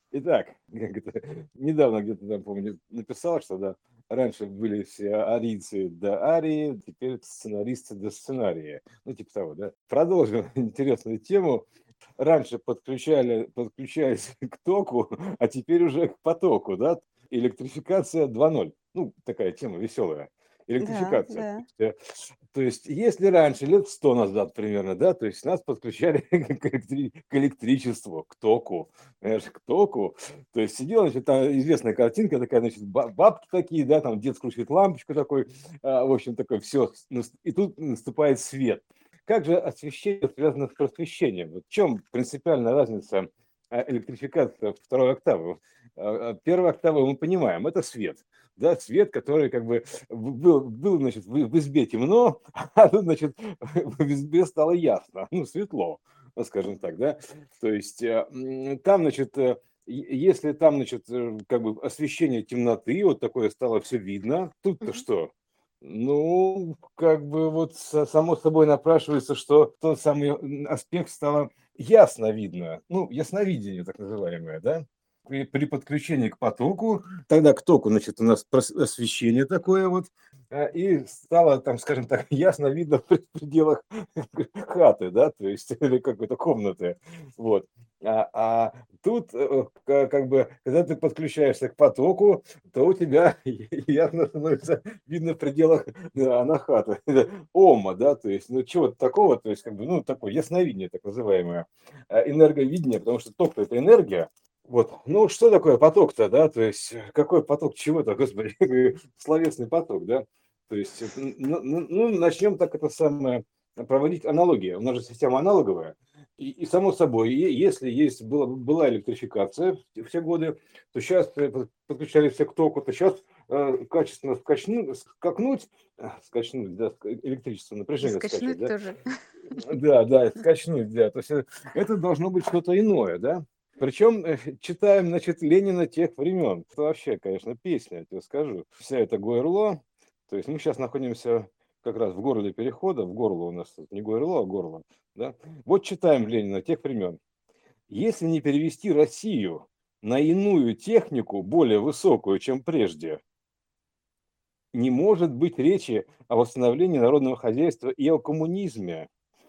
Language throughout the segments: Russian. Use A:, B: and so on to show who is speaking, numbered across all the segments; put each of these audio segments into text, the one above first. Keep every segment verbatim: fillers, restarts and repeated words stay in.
A: Итак, как это, недавно где-то там, помню, написал, что да, раньше были все арийцы до арии, теперь сценаристы до сценария. Ну, типа того, да. Продолжим интересную тему. Раньше подключали, подключались к току, а теперь уже к потоку, да. Электрификация два ноль. Ну, такая тема веселая.
B: Да,
A: Электрификация.
B: да.
A: То есть, э, то есть, если раньше, лет сто назад примерно, да, то есть нас подключали к электри- к электричеству, к току, понимаешь, к току, то есть сидела, значит, там известная картинка такая, значит, ба- бабки такие, да, там дед скручивает лампочку такой, а, в общем, такое все, и тут наступает свет. Как же освещение связано с просвещением? Вот в чем принципиальная разница а, электрификации второй октавы? А, а, Первая октава мы понимаем, это свет, да, свет, который как бы в- был, был значит, в, в избе темно, а тут, значит, в избе стало ясно, ну, светло, ну, скажем так, да. То есть э, м, там, значит, э, е- если там, значит, э, как бы освещение темноты, вот такое стало все видно, тут-то
B: Мгм.
A: что? Ну, как бы вот са- само собой напрашивается, что тот самый м, аспект стало ясно видно, ну, ясновидение так называемое, да, при, при подключении к потоку, тогда к току, значит, у нас прос- освещение такое вот, а, и стало там, скажем так, ясно видно в пределах хаты, да, то есть или какой-то комнаты, вот. А, а тут э, ка- как бы, когда ты подключаешься к потоку, то у тебя ясно становится видно в пределах да, анахата, ома, да, то есть, ну, чего-то такого, то есть, как бы, ну, такое ясновидение, так называемое, а, энерговидение, потому что ток – это энергия, вот, ну, что такое поток-то, да, то есть, какой поток чего-то, господи, словесный поток, да, то есть, это, ну, ну, ну, начнем так это самое, проводить аналогии, у нас же система аналоговая, и, и само собой, е- если есть была, была электрификация в все годы, то сейчас подключали все к току, то сейчас э, качественно скачну, скакнуть, а, скачнуть, да, ск- электричество,
B: И
A: напряжение скачать,
B: скачнуть
A: да,
B: тоже.
A: да, да, скачнуть, да, то есть э, это должно быть что-то иное, да. Причем э, читаем, значит, Ленина тех времен. Это вообще, конечно, песня, я тебе скажу. Вся эта Гойрло, то есть мы сейчас находимся как раз в горле перехода, в горло у нас тут не Гойрло, а горло, да. Вот читаем Ленина тех времен. Если не перевести Россию на иную технику, более высокую, чем прежде, не может быть речи о восстановлении народного хозяйства и о коммунизме.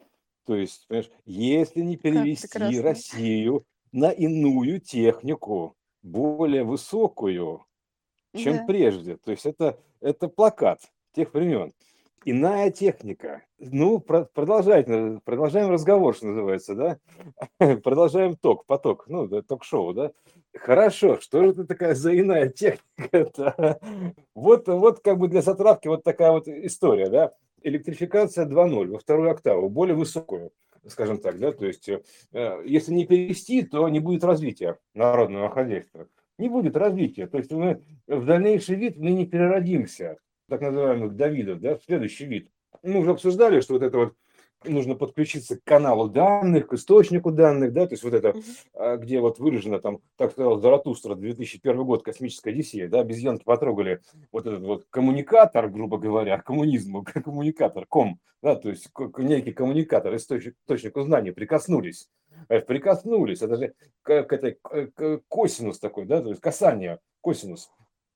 A: То есть, понимаешь, если не
B: Как
A: перевести
B: прекрасно.
A: Россию на иную технику, более высокую, чем
B: Да.
A: прежде. То есть это, это плакат тех времен. Иная техника. Ну, про- продолжать, продолжаем разговор, что называется, да? Продолжаем ток, поток, ну, да, ток-шоу, да? Хорошо, что же это такая за иная техника? Вот, вот как бы для затравки вот такая вот история, да? Электрификация два ноль во вторую октаву, более высокую, скажем так, да? То есть, э, если не перевести, то не будет развития народного хозяйства. Не будет развития. То есть мы в дальнейший вид мы не переродимся, так называемых Давидов, да, в следующий вид. Мы уже обсуждали, что вот это вот нужно подключиться к каналу данных, к источнику данных, да, то есть вот это,
B: Мгм.
A: а, где вот выражено там, так сказал Заратустра, две тысячи первый год, космическая Одиссея, да, обезьянки потрогали вот этот вот коммуникатор, грубо говоря, коммунизму, коммуникатор, ком, да, то есть некий коммуникатор, источник, источнику знаний, прикоснулись, э, прикоснулись, это же к, к этой к- косинус такой, да, то есть касание, косинус,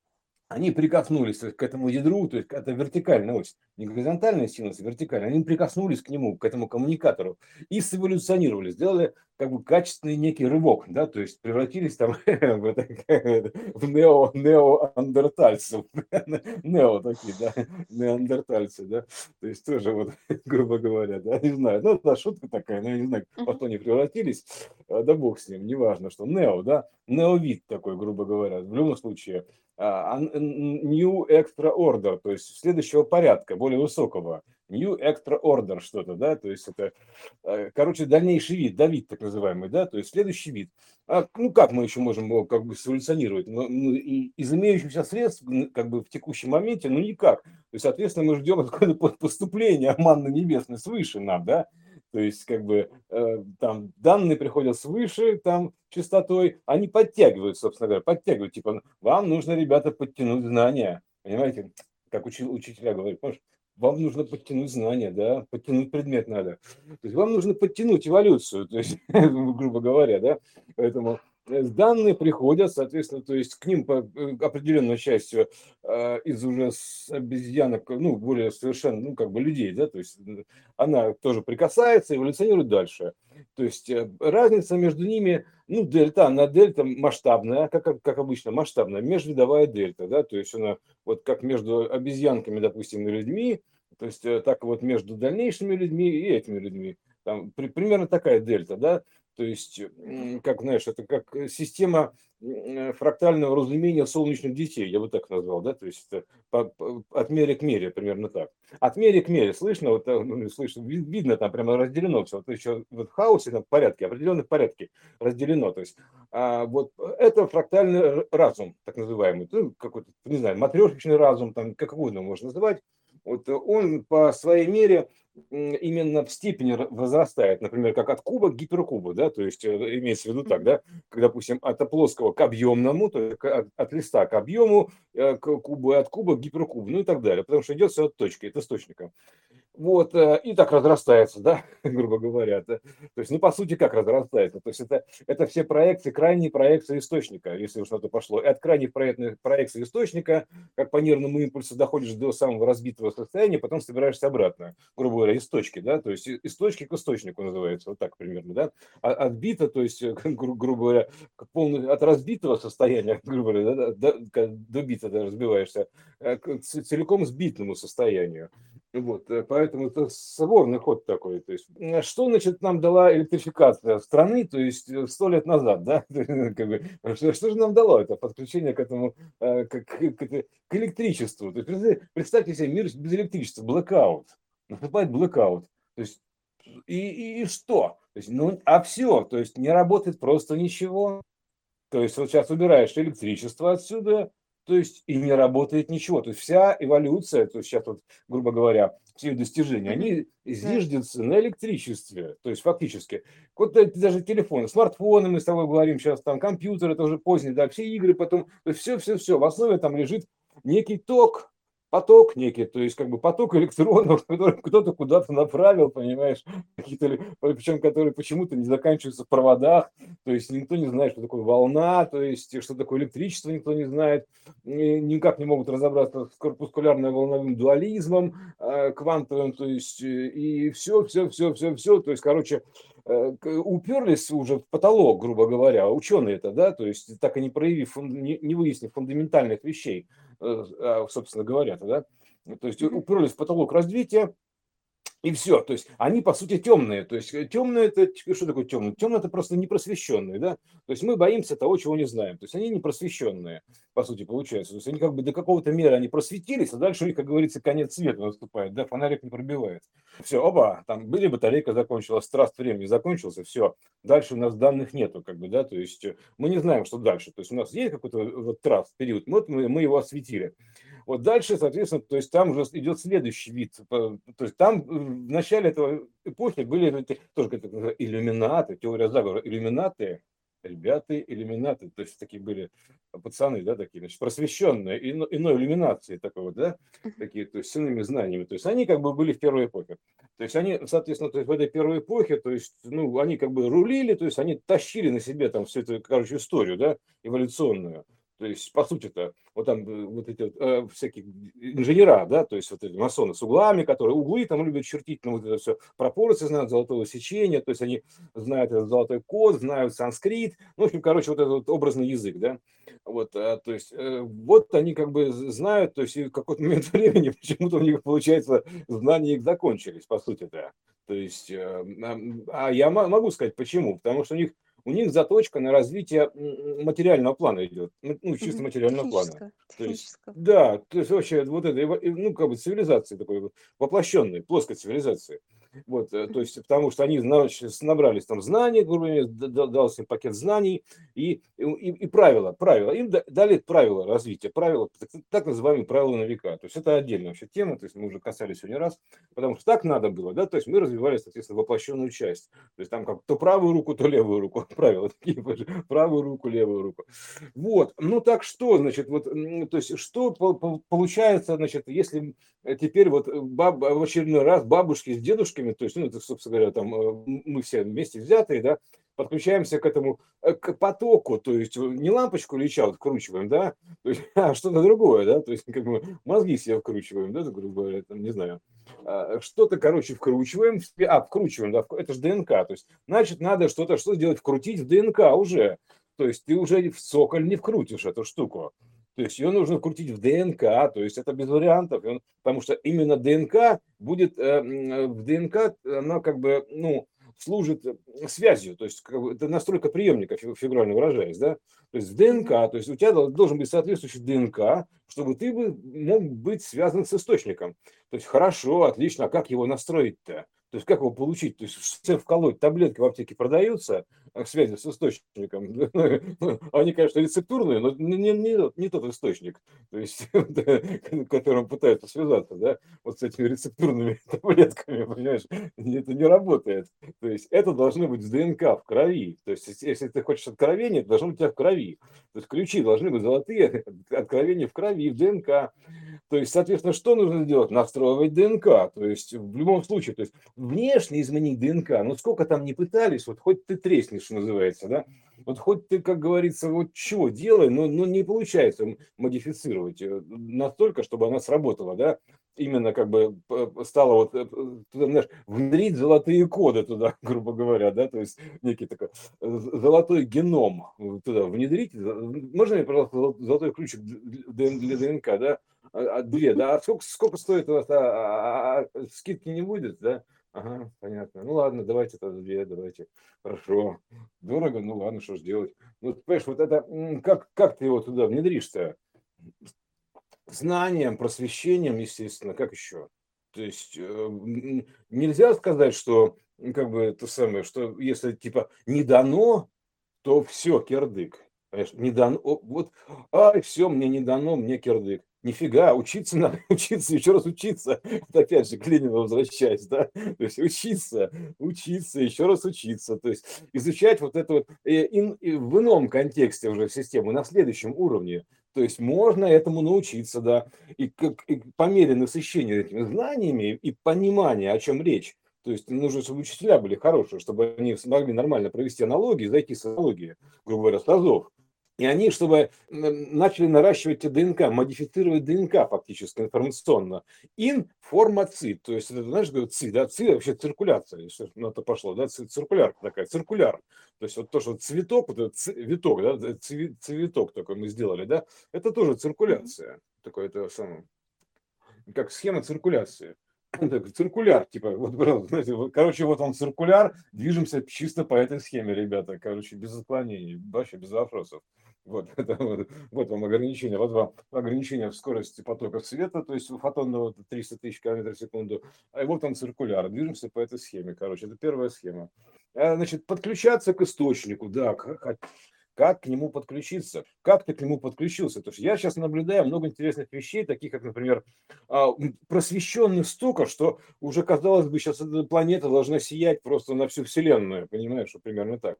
A: они прикоснулись то есть, к этому ядру, то есть это вертикальная ось, не горизонтальная синус, а вертикальная, они прикоснулись к нему, к этому коммуникатору и сэволюционировали, сделали как бы качественный некий рывок, да, то есть превратились там в, это, в нео, неоандертальцев, нео такие, да, неандертальцы, да, то есть тоже вот, грубо говоря, да, не знаю, ну, это шутка такая, но я не знаю, во
B: Мгм.
A: что они превратились, а, да бог с ним, неважно, что нео, да, неовид такой, грубо говоря, в любом случае, а, new extra order, то есть следующего порядка, более высокого. New extra order что-то, да, то есть это, э, короче, дальнейший вид, Давид так называемый, да, то есть следующий вид. А, ну, как мы еще можем его как бы эволюционировать? Ну, ну, и из имеющихся средств, м, как бы в текущем моменте, ну, никак. То есть, соответственно, мы ждем какое-то поступление манны небесной свыше нам, да, то есть, как бы, э, там данные приходят свыше, там, частотой, они подтягивают, собственно говоря, подтягивают, типа, вам нужно, ребята, подтянуть знания, понимаете, как учи- учителя говорят, помнишь, вам нужно подтянуть знания, да, подтянуть предмет надо. То есть вам нужно подтянуть эволюцию, то есть, грубо говоря, да, поэтому э, данные приходят, соответственно, то есть к ним по э, определенной частью, а, из уже с обезьянок, ну, более совершенно, ну, как бы людей, да, то есть, н она тоже прикасается, эволюционирует дальше. То есть, э, разница между ними, ну, дельта, она дельта масштабная, как как как обычно, масштабная, межвидовая дельта, да, то есть она вот как между обезьянками, допустим, и людьми, то есть, э, так вот между дальнейшими людьми и этими людьми. Там при примерно такая дельта, да. То есть,
B: Мгм.
A: м, как, знаешь, это как, э, система, м, фрактального разумения солнечных детей, я бы так назвал, да, то есть это по по от мере к мере, примерно так. От мере к мере, слышно, вот, э, ну, слышно, ви видно, там прямо разделено все. Вот еще вот в хаосе, там, в порядке, определенном порядке разделено. То есть, а, вот это фрактальный р разум, так называемый, ну, какой-то, не знаю, матрешечный разум, там, как угодно можно называть. Вот, э, он по своей мере, м, именно в степени р возрастает, например, как от куба к гиперкубу, да, то есть, э, имеется в виду так,
B: Мгм.
A: да, как, допустим, от плоского к объемному, то есть к от от листа к объему, э, к кубу, и от куба к гиперкубу, ну и так далее, потому что идет все от точки, от источника. Вот, э, и так разрастается, да, грубо говоря. Да. То есть, ну, по сути, как разрастается? То есть это, это все проекции, крайние проекции источника, если уж на то пошло. И от крайних проектных проекций источника, как по нервному импульсу доходишь до самого разбитого состояния, потом собираешься обратно, грубо говоря, из точки, да, то есть из точки к источнику называется, вот так примерно, да. А от бита, то есть, э, гру- грубо говоря, к полно- от разбитого состояния, грубо говоря, да, до, до- до бита да, разбиваешься, э, к ц- целиком сбитному состоянию. Вот, э, поэтому это сложный ход такой. То есть, м, что, значит, нам дала электрификация страны, то есть э, сто лет назад, да? Как бы, что, что же нам дало это подключение к этому, э, к, к- к этой- к электричеству? То есть, представьте представьте себе мир без электричества, blackout. Наступает blackout. То есть, и, и, и что? То есть, ну, а все, то есть не работает просто ничего. То есть вот сейчас убираешь электричество отсюда, то есть и не работает ничего. То есть вся эволюция, то есть сейчас вот, грубо говоря, все достижения,
B: Мгм.
A: они
B: Да.
A: зиждятся на электричестве. То есть фактически. Вот эти даже телефоны, смартфоны, мы с тобой говорим сейчас, там компьютеры, это уже поздние, да, все игры потом, то есть все-все-все, в основе там лежит некий ток, поток некий, то есть как бы поток электронов, который кто-то куда-то направил, понимаешь, какие-то, причем которые почему-то не заканчиваются в проводах, то есть никто не знает, что такое волна, то есть что такое электричество, никто не знает, ни- никак не могут разобраться с корпускулярно-волновым дуализмом, э, квантовым, то есть э, и все, все, все, все, все, то есть, короче, э, к- уперлись уже в потолок, грубо говоря, ученые это, да, то есть так и не проявив, фун- не, не выяснив фундаментальных вещей, э, а, собственно говоря, да, то есть
B: Мгм.
A: уперлись в потолок развития, и все, то есть они, по сути, темные. То есть э, темные это ч что такое темные? Темные это просто непросвещенные, да. То есть мы боимся того, чего не знаем. То есть они непросвещенные, по сути, получается. То есть они как бы до какого-то меры они просветились, а дальше у них, как говорится, конец света наступает, да, фонарик не пробивается. Все, оба, там были, батарейка закончилась, траст времени закончился, все. Дальше у нас данных нету, как бы, да, то есть э, мы не знаем, что дальше. То есть у нас есть какой-то э, вот траст, период, вот мы мы его осветили. Вот дальше, соответственно, то есть там уже идет следующий вид. По- То есть там э, в начале этого эпохи были эти- тоже как-то иллюминаты, теория заговора, иллюминаты, ребята, иллюминаты, то есть такие были пацаны, да, такие, значит, просвещенные, ино- иной иллюминации такой вот, да,
B: Мгм.
A: такие, то есть с иными знаниями. То есть они как бы были в первой эпохе. То есть они, соответственно, то есть в этой первой эпохе, то есть, ну, они как бы рулили, то есть они тащили на себе там всю эту, короче, историю, да, эволюционную. То есть, по сути-то, вот там э, вот эти вот, э, всякие инженера, да, то есть вот эти масоны с углами, которые углы там любят чертить, ну вот это все, пропорции знают золотого сечения, то есть они знают этот золотой код, знают санскрит, ну, в общем, короче, вот этот вот образный язык, да, вот, а, то есть, э, вот они как бы знают, то есть и в какой-то момент времени почему-то у них, получается, знания их закончились, по сути-то. То есть, э, ам, а я мо- могу сказать, почему, потому что у них у них заточка на развитие м, материального плана идет, ну, ну, чисто
B: Мгм.
A: материального плана.
B: Технического.
A: То есть,
B: Технического.
A: да, то есть вообще вот это, эво- э, ну, как бы цивилизации такой, вот, воплощенной, плоской цивилизации. Вот, э, то
B: Мгм.
A: есть, потому что они зна- щас набрались там знаний, грубо говоря, д- д- дался им пакет знаний и, и, и правила, правила. Им да- дали правила развития, правила, так, так называемые правила на века. То есть это отдельная вообще тема, то есть мы уже касались сегодня раз, потому что так надо было, да, то есть мы развивали, соответственно, воплощенную часть. То есть там как то правую руку, то левую руку. Правила такие, правую руку, левую руку. Вот. Ну так что, значит, вот, м, то есть что по- по- получается, значит, если э, теперь вот э, баб, в очередной раз бабушки с дедушками, то есть, ну, это, собственно говоря, там э, м- мы все вместе взятые, да, подключаемся к этому, э, к потоку, то есть не лампочку Ильича вот вкручиваем, да, то есть, а что-то другое, да, то есть как бы мозги себе вкручиваем, да, грубо говоря, там, не знаю, а, что-то, короче, вкручиваем, в спе- а, вкручиваем, да, вк- это же ДНК, то есть, значит, надо что-то, что сделать, вкрутить в ДНК уже, то есть ты уже в цоколь не вкрутишь эту штуку. То есть ее нужно вкрутить в ДНК, то есть это без вариантов, и он- потому что именно ДНК будет, э, м, э, в ДНК она как бы, ну, служит э, связью, то есть как бы это настройка приемника, фи- фигурально выражаясь, да, то есть в ДНК, то есть у тебя дол- должен быть соответствующий ДНК, чтобы ты бы мог быть связан с источником. То есть хорошо, отлично, а как его настроить-то? То есть как его получить? То есть все вколоть, таблетки в аптеке продаются а, к связи с источником. Они, конечно, рецептурные, но не, не, не не тот источник, то есть, к которым пытаются связаться, да, вот с этими рецептурными таблетками, понимаешь, это не работает. То есть это должно быть в ДНК, в крови. То есть если если ты хочешь откровения, это должно быть у тебя в крови. То есть ключи должны быть золотые, откровения в крови, в ДНК. То есть, соответственно, что нужно сделать? Настроивать ДНК. То есть, в любом случае, то есть, внешне изменить ДНК, ну сколько там не пытались, вот хоть ты треснешь, что называется, да? Вот хоть ты, как говорится, вот чего делай, но, но не получается модифицировать э, настолько, чтобы она сработала, да? Именно как бы п- стало вот э, туда, знаешь, внедрить золотые коды туда, грубо говоря, да, то есть некий такой э, золотой геном э, туда внедрить. Можно мне, пожалуйста, золо- золотой ключик для для ДНК, да? А, а, две, да? А сколько, сколько стоит у вас? А, а, а, а, скидки не будет, да? Ага, понятно. Ну ладно, давайте тогда две, давайте. Хорошо. Дорого, ну ладно, что ж делать. Ну, понимаешь, вот это, м, как, как ты его туда внедришь-то? Знанием, просвещением, естественно, как еще? То есть э, м, нельзя сказать, что м, как бы это самое, что если типа не дано, то все, кирдык. Понимаешь, не дано, о, вот, ай, все, мне не дано, мне кирдык. Нифига, учиться надо, учиться, еще раз учиться. Это опять же к Ленину возвращаясь, да? То есть учиться, учиться, еще раз учиться. То есть изучать вот это вот э, ин- и в ином контексте уже систему, на следующем уровне. То есть можно этому научиться, да. И, как, и по мере насыщения этими знаниями и понимания, о чем речь, то есть нужно, чтобы учителя были хорошие, чтобы они смогли нормально провести аналогии, зайти с аналогии, грубо говоря, с азов. И они, чтобы м, начали наращивать ДНК, модифицировать ДНК фактически информационно. Информацит, то есть, это, знаешь, говорят, ци, да, ци вообще циркуляция, если на это пошло, да, ци- циркуляр такая, циркуляр. То есть вот то, что цветок, вот этот цветок, да, цви- цветок такой мы сделали, да, это тоже циркуляция. Такое это самое, как схема циркуляции. Ну, так, циркуляр, типа, вот, пожалуйста, знаете, вот, короче, вот он циркуляр, движемся чисто по этой схеме, ребята, короче, без отклонений, вообще без вопросов. Вот, это, вот, вот вам ограничение, вот вам ограничение в скорости потока света, то есть у фотонного триста тысяч километров в секунду, а вот он циркуляр, движемся по этой схеме, короче, это первая схема. А, Значит, подключаться к источнику, да, к- как к нему подключиться, как ты к нему подключился. Потому что я сейчас наблюдаю много интересных вещей, таких как, например, а, м, просвещенных столько, что уже, казалось бы, сейчас эта планета должна сиять просто на всю Вселенную, понимаешь, что примерно так.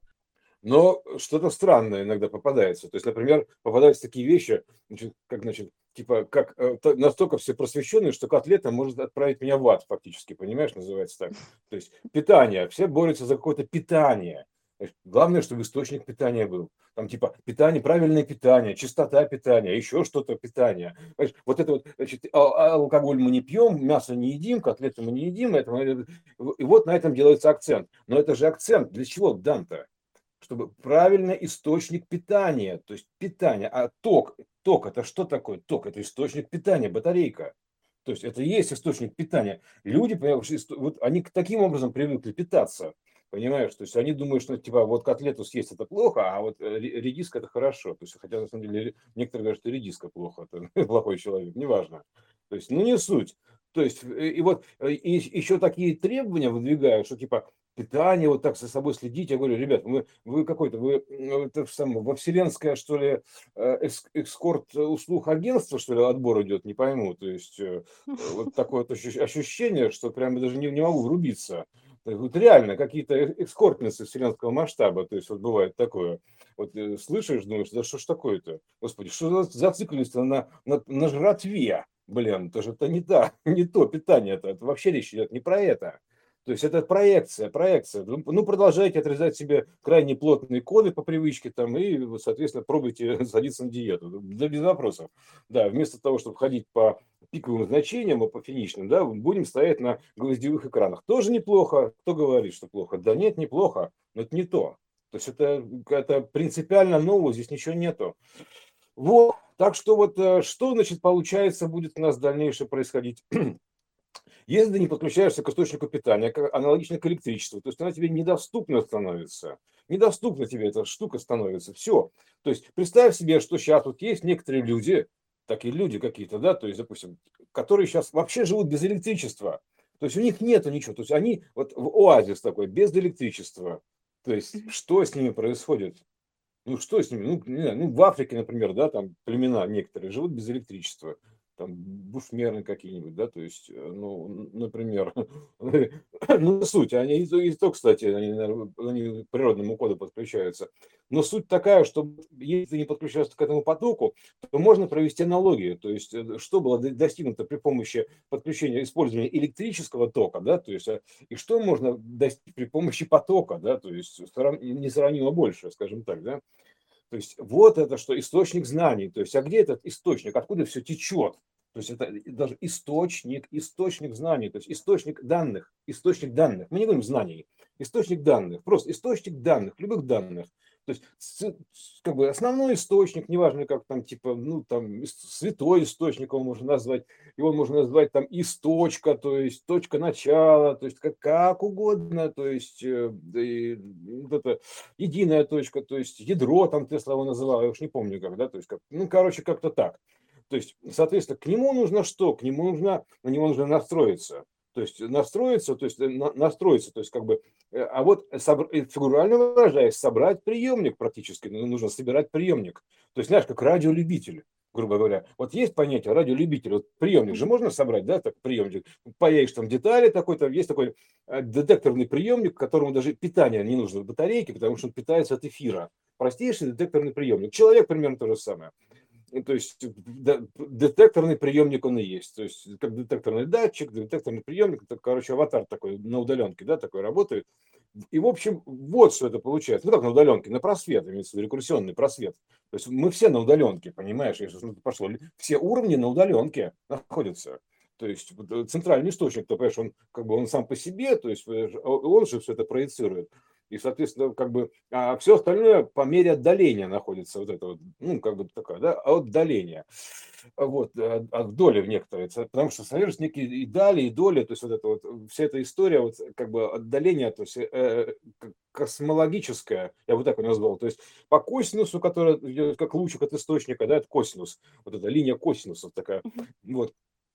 A: Но что-то странное иногда попадается. То есть, например, попадаются такие вещи, значит, как, значит, типа, как э, та- настолько все просвещенные, что котлета может отправить меня в ад, фактически, понимаешь, называется так. То есть питание, все борются за какое-то питание. То есть главное, чтобы источник питания был. Там типа питание, правильное питание, чистота питания, еще что-то питание. Понимаешь, вот это вот, значит, а- а алкоголь мы не пьем, мясо не едим, котлеты мы не едим, это, мы- и вот на этом делается акцент. Но это же акцент для чего дан-то? Чтобы правильный источник питания, то есть питание, а ток, ток это что такое? Ток это источник питания, батарейка. То есть это и есть источник питания. Люди, понимаешь, исто- вот они к таким образом привыкли питаться. Понимаешь, то есть они думают, что типа вот котлету съесть это плохо, а вот э, ре- редиска это хорошо. То есть, хотя на самом деле ре- некоторые говорят, что редиска плохо, это плохой человек, неважно. То есть, ну не суть. То есть, э, и вот э, и еще такие требования выдвигают, что типа питание, вот так за собой следить. Я говорю, ребят, вы, вы какой-то, вы м, это самое, во вселенское, что ли, э, экс- экскорт услуг агентства, что ли, отбор идет, не пойму. То есть, э, вот такое вот ощущ- ощущение, что прямо даже не, не могу врубиться. То есть, вот реально какие-то э- экскортницы вселенского масштаба, то есть вот бывает такое. Вот э, слышишь, думаешь, да что ж такое-то? Господи, что за зацикленность на, на, на жратве? Блин, это же это не, та, не то питание, это, это вообще речь идет не про это. То есть это проекция, проекция. Ну, ну, продолжайте отрезать себе крайне плотные коды по привычке там и, вот, соответственно, пробуйте садиться на диету. Да, без вопросов. Да, вместо того, чтобы ходить по пиковым значениям и по финишным, да, будем стоять на гвоздевых экранах. Тоже неплохо. Кто говорит, что плохо? Да нет, неплохо, но это не то. То есть это, это принципиально нового, здесь ничего нету. Вот. Так что вот э, что, значит, получается, будет у нас дальнейшее происходить? Если ты не подключаешься к источнику питания, к- аналогично к электричеству, то есть она тебе недоступна становится. Недоступна тебе эта штука становится. Все. То есть представь себе, что сейчас вот есть некоторые люди, такие люди какие-то, да, то есть, допустим, которые сейчас вообще живут без электричества. То есть у них нету ничего. То есть они вот в оазис такой, без электричества. То есть
B: Мгм.
A: что с ними происходит? Ну, что с ними? Ну, не знаю, ну, в Африке, например, да, там племена некоторые живут без электричества. Там бушмеры какие-нибудь, да, то есть, э, ну, н- например, ну, суть, они и то, и то, кстати, они, наверно, они к природному коду подключаются. Но суть такая, что если ты не подключаешься к этому потоку, то можно провести аналогию. То есть, э, что было до- достигнуто при помощи подключения, использования электрического тока, да, то есть, а, и что можно достичь при помощи потока, да, то есть, срав- несравнимо больше, скажем так, да. То есть вот это что источник знаний. То есть, а где этот источник? Откуда все течет? То есть это даже источник, источник знаний, то есть источник данных, источник данных. Мы не говорим знаний, источник данных, просто источник данных, любых данных. То есть как бы основной источник, неважно как там типа, ну там святой источник его можно назвать, его можно назвать там источка, то есть точка начала, то есть как, как угодно, то есть э, и вот это единая точка, то есть ядро, там Тесла его называл, я уж не помню как, да, то есть, как, ну, короче, как-то так. То есть, соответственно, к нему нужно что? К нему нужно, на него нужно настроиться. То есть настроиться, то есть э, на- настроиться, то есть как бы, э, а вот собр- э, фигурально выражаясь, собрать приемник практически, ну, нужно собирать приемник. То есть, знаешь, как радиолюбитель, грубо говоря. Вот есть понятие радиолюбитель, вот приемник же
B: Мгм.
A: можно собрать, да, так приемник, появишь там детали такой, там есть такой э, детекторный приемник, которому даже питание не нужно в батарейке, потому что он питается от эфира. Простейший детекторный приемник. Человек примерно то же самое. Ну, то есть да, детекторный приемник он и есть. То есть как детекторный датчик, детекторный приемник, это, короче, аватар такой на удаленке, да, такой работает. И, в общем, вот что это получается. Ну, как на удаленке, на просвет, имеется в виду рекурсионный просвет. То есть мы все на удаленке, понимаешь, если что-то пошло. Все уровни на удаленке находятся. То есть вот, э, центральный источник, то, понимаешь, он как бы он сам по себе, то есть э, он же все это проецирует. И, соответственно, как бы, а все остальное по мере отдаления находится, вот это вот, ну, как бы такое, да, отдаление. Вот, от, от доли в некоторые, потому что содержит некие и дали, и доли, то есть вот это вот, вся эта история, вот как бы отдаление, то есть э, космологическое, я вот так его назвал, то есть по косинусу, который идет как лучик от источника, да, это косинус, вот эта линия косинусов такая,
B: Мгм.
A: вот,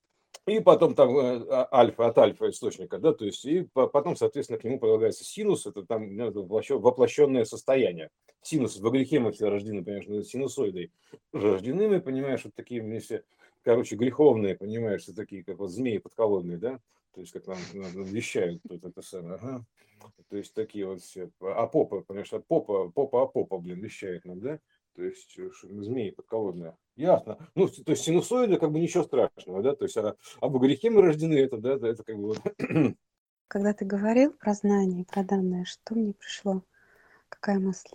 A: и потом там э, а- альфа от альфа источника, да, то есть и по- потом, соответственно, к нему прилагается синус, это там ну, это воплощё- воплощенное состояние. Синус, во грехе мы все рождены, понимаешь, ну, синусоидой рождены мы, понимаешь, вот такие мы все, короче, греховные, понимаешь, все такие, как вот змеи подколодные, да, то есть как нам, нам вещают тут это самое, ага. То есть такие вот все, а попа, понимаешь, от попа, попа, а попа, блин, вещает нам, да, то есть э, ш- змеи подколодные. Ясно. Ну, с- то есть синусоиды как бы ничего страшного, да, то есть а, об грехе мы рождены, это, да, это это как бы вот.
B: Когда ты говорил про знания, про данные, что мне пришло? Какая мысль?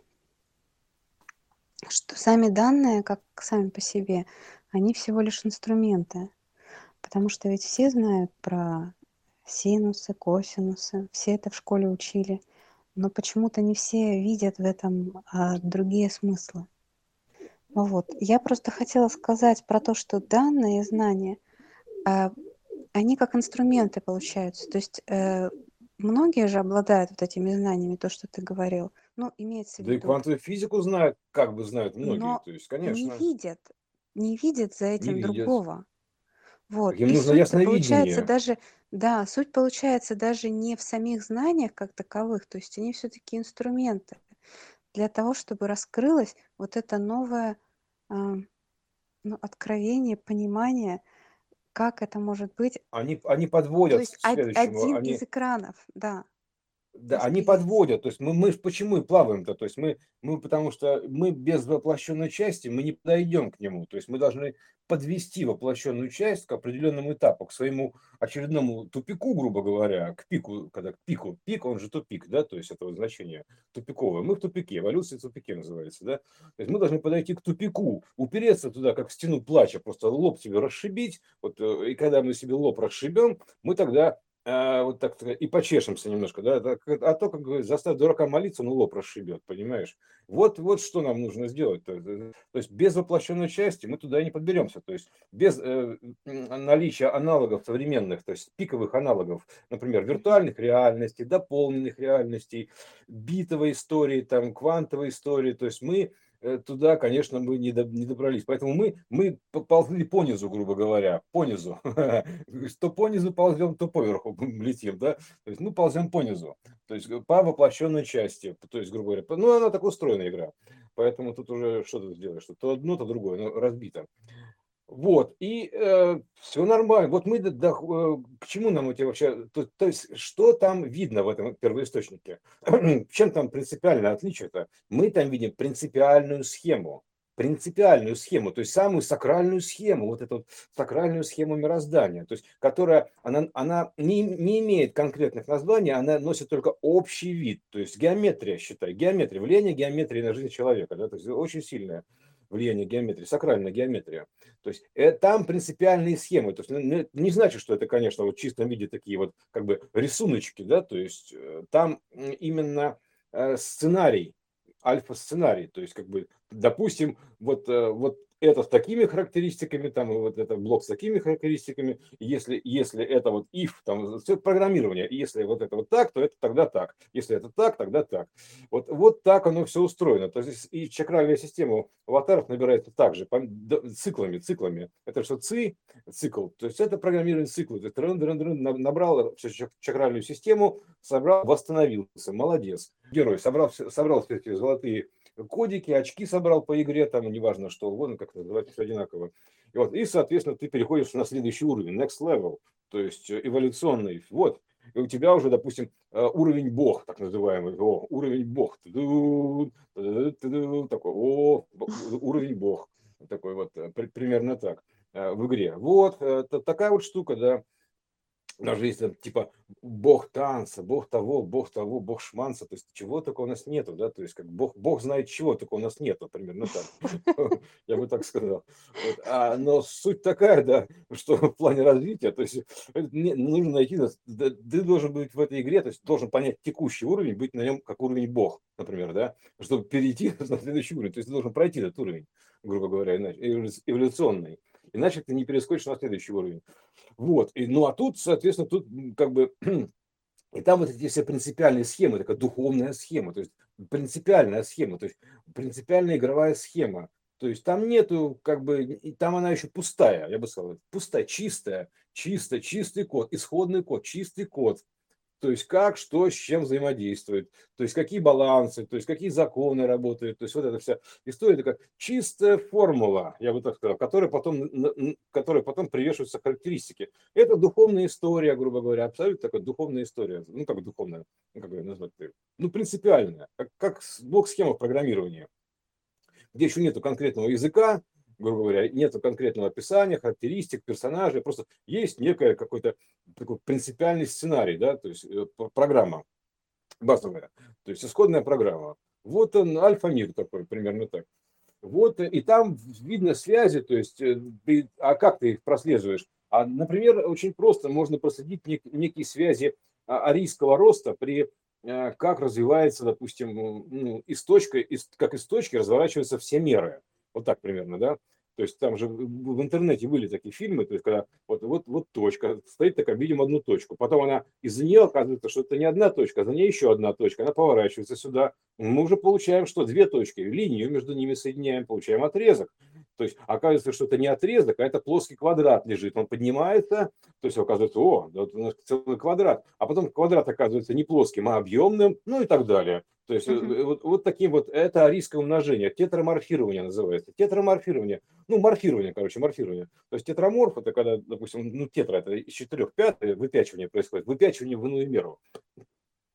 B: Что сами данные, как сами по себе, они всего лишь инструменты. Потому что ведь все знают про синусы, косинусы, все это в школе учили. Но почему-то не все видят в этом а, другие смыслы. Вот. Я просто хотела сказать про то, что данные знания, а, они как инструменты получаются. То есть э, многие же обладают вот этими знаниями, то, что ты говорил. Ну, имеется в
A: Да и
B: виду,
A: квантовую физику знают, как бы знают многие,
B: но
A: то есть,
B: не
A: конечно,
B: видят, не видят за
A: не
B: этим
A: видят.
B: другого.
A: Так
B: Вот.
A: им
B: И
A: нужно
B: суть-то получается
A: ясновидение.
B: даже, да, суть получается даже не в самих знаниях как таковых, то есть они все-таки инструменты для того, чтобы раскрылось вот это новое а, ну, откровение, понимание, как это может быть.
A: Они, они
B: То
A: подводят
B: есть
A: к
B: од-
A: следующему,
B: один из
A: они,
B: экранов, да.
A: Да, они
B: Восприятие.
A: подводят, то есть мы, мы ж почему и плаваем-то, то есть мы, мы, потому что мы без воплощенной части, мы не подойдем к нему, то есть мы должны подвести воплощенную часть к определенному этапу, к своему очередному тупику, грубо говоря, к пику, когда к пику, пик, он же тупик, да, то есть этого значения тупиковое, мы в тупике, эволюция в тупике называется, да, то есть мы должны подойти к тупику, упереться туда, как в стену плача, просто лоб себе расшибить, вот, э, и когда мы себе лоб расшибем, мы тогда а, вот так сказать, и почешемся немножко, да, так, а то, как говорится, заставь дурака молиться, он лоб расшибет, понимаешь? Вот, вот что нам нужно сделать. То, то есть без воплощенной части мы туда и не подберемся. То есть без э, наличия аналогов современных, то есть пиковых аналогов, например,
B: Мгм.
A: виртуальных реальностей, дополненных реальностей, битовой истории, там, квантовой истории, то есть мы э, туда, конечно, мы не, до- не добрались. Поэтому мы, мы поползли по низу, грубо говоря, по низу. То по низу ползем, то поверху летим, да? То есть мы ползем по низу, то есть по воплощенной части, то есть, грубо говоря, ну, она так устроена игра. Поэтому тут уже что ты сделаешь, что то одно, то другое, ну, разбито. Вот, и э, все нормально. Вот мы до- до- э, к чему нам эти вообще, то, то есть, что там видно в этом первоисточнике? В чем там принципиальное отличие-то? Мы там видим принципиальную схему, принципиальную схему, то есть самую сакральную схему, вот эту вот сакральную схему мироздания, то есть, которая, она, она не, не имеет конкретных названий, она носит только общий вид, то есть геометрия, считай, геометрия, влияние геометрии на жизнь человека, да, то есть очень сильное влияние геометрии, сакральная геометрия. То есть э, там принципиальные схемы. То есть ну, ну, это не значит, что это, конечно, вот в чистом виде такие вот как бы рисуночки, да, то есть э, там м, именно э, сценарий, альфа-сценарий. То есть как бы, допустим, вот, э, вот это с такими характеристиками, там и вот это блок с такими характеристиками. Если, если это вот if, там все программирование, и если вот это вот так, то это тогда так. Если это так, тогда так. Вот, вот так оно все устроено. То есть и чакральная система аватаров набирается также по- д- циклами, циклами. Это что ци, цикл. То есть это программирование цикла. То есть дрын, дрын, дрын, на- набрал всю чак- чакральную систему, собрал, восстановился. Молодец. Герой собрал, все- собрал все эти золотые кодики, очки собрал по игре, там неважно что угодно, как называть, все одинаково. И, вот, и, соответственно, ты переходишь на следующий уровень, next level, то есть э, эволюционный. Вот, и у тебя уже, допустим, э, уровень бог, так называемый, о, уровень бог, Ту-ду, ту-ду-ду-ду, такой, о, б- уровень бог, такой вот, э, при- примерно так э, в игре. Вот, э, т- такая вот штука, да. Даже если типа бог танца, бог того, бог того, бог шманца, то есть чего такого у нас нету, да, то есть как бог, бог знает чего, только у нас нету, примерно так. Я бы так сказал. Вот. А, но суть такая, да, что в плане развития, то есть это не- нужно найти, нас- да, ты должен быть в этой игре, то есть должен понять текущий уровень, быть на нем как уровень бог, например, да, чтобы перейти на следующий уровень, то есть ты должен пройти этот уровень, грубо говоря, иначе, эволю- эволюционный, иначе ты не перескочишь на следующий уровень. Вот. И, ну а тут, соответственно, тут как бы и там вот эти все принципиальные схемы, такая духовная схема, то есть принципиальная схема, то есть принципиальная игровая схема. То есть там нету, как бы, и там она еще пустая, я бы сказал, пустая, чистая, чисто, чистый код, исходный код, чистый код. То есть как, что, с чем взаимодействует, то есть какие балансы, то есть какие законы работают, то есть вот эта вся история такая чистая формула, я бы так сказал, которая потом, н- н- которой потом привешиваются характеристики. Это духовная история, грубо говоря, абсолютно такая духовная история, ну как духовная, ну как ее назвать, ну принципиальная, как, как с- блок-схема в программировании, где еще нету конкретного языка, грубо говоря, нету конкретного описания, характеристик, персонажей, просто есть некая какой-то такой принципиальный сценарий, да, то есть э, п- программа базовая, то есть исходная программа. Вот он, альфа-мир такой, примерно так. Вот, э, и там видно связи, то есть, э, ты- а как ты их прослеживаешь? А, например, очень просто можно проследить нек- некие связи а, арийского роста при э, как развивается, допустим, ну, из точки, из, как из точки разворачиваются все меры. Вот так примерно, да? То есть там же в в интернете были такие фильмы, то есть когда вот, вот, вот точка, стоит такая, видим одну точку, потом она из-за нее оказывается, что это не одна точка, а за ней еще одна точка, она поворачивается сюда, мы уже получаем, что две точки, линию между ними соединяем, получаем отрезок. То есть оказывается, что это не отрезок, а это плоский квадрат лежит. Он поднимается, то есть оказывается, о, да, вот у нас целый квадрат. А потом квадрат оказывается не плоским, а объемным, ну и так далее. То есть э,
B: Мгм.
A: вот, вот таким вот, это арийское умножение, тетраморфирование называется. Тетраморфирование, ну морфирование, короче, морфирование. То есть тетраморф, это когда, допустим, ну тетра, это из четырех пятых выпячивание происходит, выпячивание в иную меру.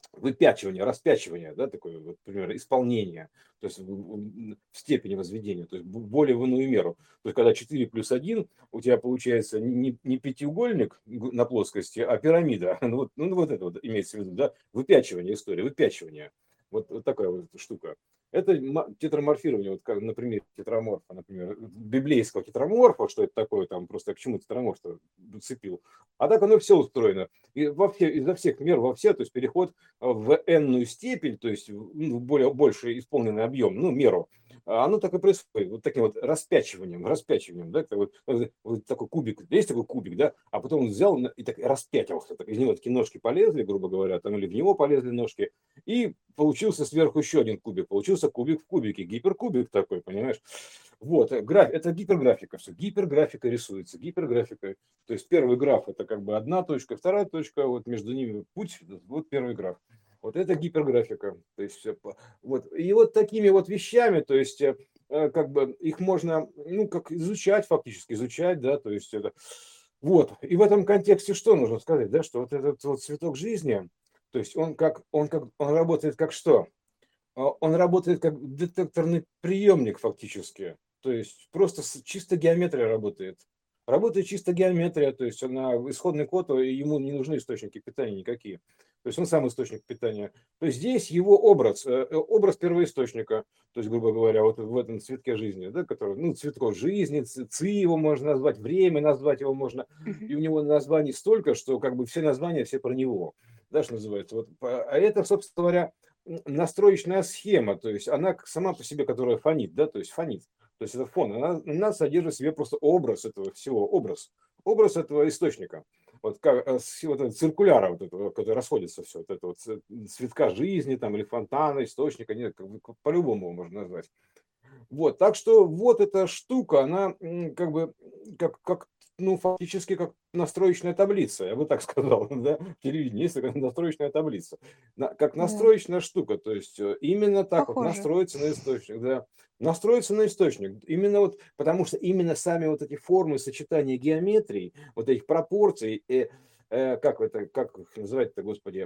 A: выпячивание, распячивание, да, такое, вот, например, исполнение, то есть в, в- в степени возведения, то есть б- более в иную меру. То есть когда четыре плюс один, у тебя получается не, не пятиугольник г- на плоскости, а пирамида. Ну вот, ну, вот это вот имеется в виду, да, выпячивание истории, выпячивание. Вот, вот такая вот штука. Это ма- тетраморфирование, вот как, например, тетраморфа, например, библейского тетраморфа, что это такое, там просто к чему тетраморф-то цепил. А так оно все устроено. И во все, изо всех мер, во все, то есть переход в n степень, то есть ну, более, больше исполненный объем, ну, меру, а оно так и происходит, вот таким вот распячиванием, распячиванием, да, вот, вот такой кубик, есть такой кубик, да, а потом он взял и так распятился, так, из него такие ножки полезли, грубо говоря, там, или в него полезли ножки, и получился сверху еще один кубик, получился кубик в кубике, гиперкубик такой, понимаешь? Вот, э, граф, это гиперграфика, все, гиперграфика рисуется, гиперграфика, то есть первый граф это как бы одна точка, вторая точка, вот между ними путь, вот первый граф. Вот это гиперграфика. То есть, всё по- вот. И вот такими вот вещами, то есть, э, э, как бы их можно, ну, как изучать фактически, изучать, да, то есть это. Вот. И в этом контексте что нужно сказать, да, что вот этот вот цветок жизни, то есть он как, он как, он работает как что? А, Он работает как детекторный приемник фактически. То есть просто с- чисто геометрия работает. Работает чисто геометрия, то есть на исходный код, и ему не нужны источники питания никакие. То есть он сам источник питания. То есть здесь его образ, э, э, образ первоисточника, то есть, грубо говоря, вот в этом цветке жизни, да, который, ну, цветок жизни, ци ци его можно назвать, время назвать его можно,
B: Мгм.
A: и у него названий столько, что как бы все названия, все про него, да, что называется. Вот, по- а это, собственно говоря, настроечная схема, то есть она сама по себе, которая фонит, да, то есть фонит, то есть это фон, она, она содержит в себе просто образ этого всего, образ, образ этого источника, вот как э, с- вот этого циркуляра, вот этого, который расходится все, вот это вот ц- цветка жизни там или фонтана, источника, нет, как бы по-любому его можно назвать. Вот, так что вот эта штука, она м, как бы, как, как, ну, фактически как настроечная таблица, я бы так сказал, да, в телевидении есть такая настроечная таблица, На- как
B: Да,
A: настроечная штука, то есть э, именно так вот
B: похоже.
A: настроиться на источник, да, настроиться на источник, именно вот, потому что именно сами вот эти формы сочетания геометрий, вот этих пропорций, э, э, как это, как их называть-то, господи,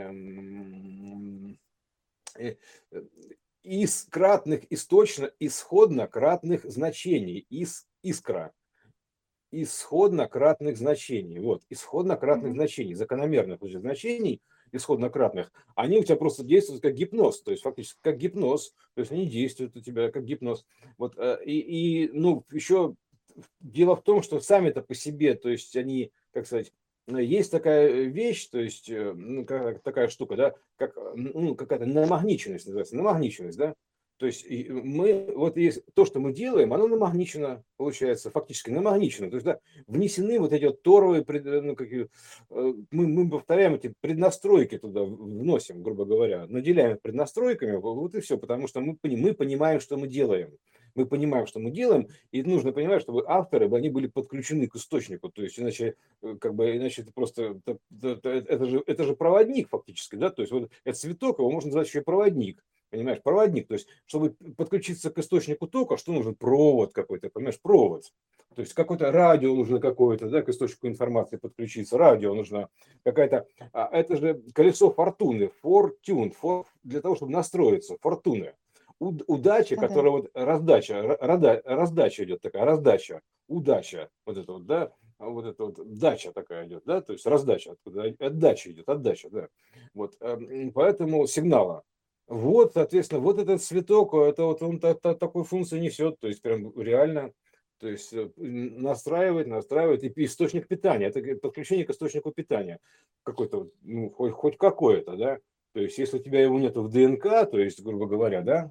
A: м, э, э, из кратных источно исходно кратных значений, из искра, исходно кратных значений, вот, исходно кратных
B: Мгм.
A: значений, закономерных уже значений, исходно кратных, они у тебя просто действуют как гипноз, то есть фактически как гипноз, то есть они действуют у тебя как гипноз. Вот, э, и, и, ну, еще дело в том, что сами-то по себе, то есть они, как сказать, э, есть такая э, вещь, то есть э, ну, как- такая штука, да, как э, ну, какая-то намагниченность называется, намагниченность, да. То есть и мы, вот есть то, что мы делаем, оно намагничено, получается, фактически намагничено. То есть, да, внесены вот эти вот торовые, пред- э, ну, какие, э, мы, мы повторяем эти преднастройки туда, в- вносим, грубо говоря, наделяем их преднастройками, вот и все, потому что мы, пони- мы понимаем, что мы делаем. Мы понимаем, что мы делаем, и нужно понимать, чтобы авторы, бы они были подключены к источнику, то есть иначе, э, как бы, иначе это просто, это, это- это же, это же проводник фактически, да, то есть вот этот цветок, его можно назвать еще и проводник, понимаешь, проводник, то есть чтобы подключиться к источнику тока, что нужен провод какой-то, понимаешь, провод, то есть какое-то радио нужно какое-то, да, к источнику информации подключиться, радио нужно какая-то, а это же колесо фортуны, фортюн, фор, для того, чтобы настроиться, фортуны, уд- удача,
B: Да-да.
A: которая вот раздача, ра- рада- раздача идет такая, раздача, удача, вот это вот, да, а вот это вот дача такая идет, да, то есть раздача, откуда отдача идет, отдача, да, вот, эм, поэтому сигнала. Вот, соответственно, вот этот цветок, это вот он та- та- такую функцию несет, то есть прям реально, то есть э, м, настраивает, настраивает, и источник питания, это как подключение к источнику питания, какой-то, вот, ну, хоть, хоть какое-то, да, то есть если у тебя его нету в ДНК, то есть, грубо говоря, да,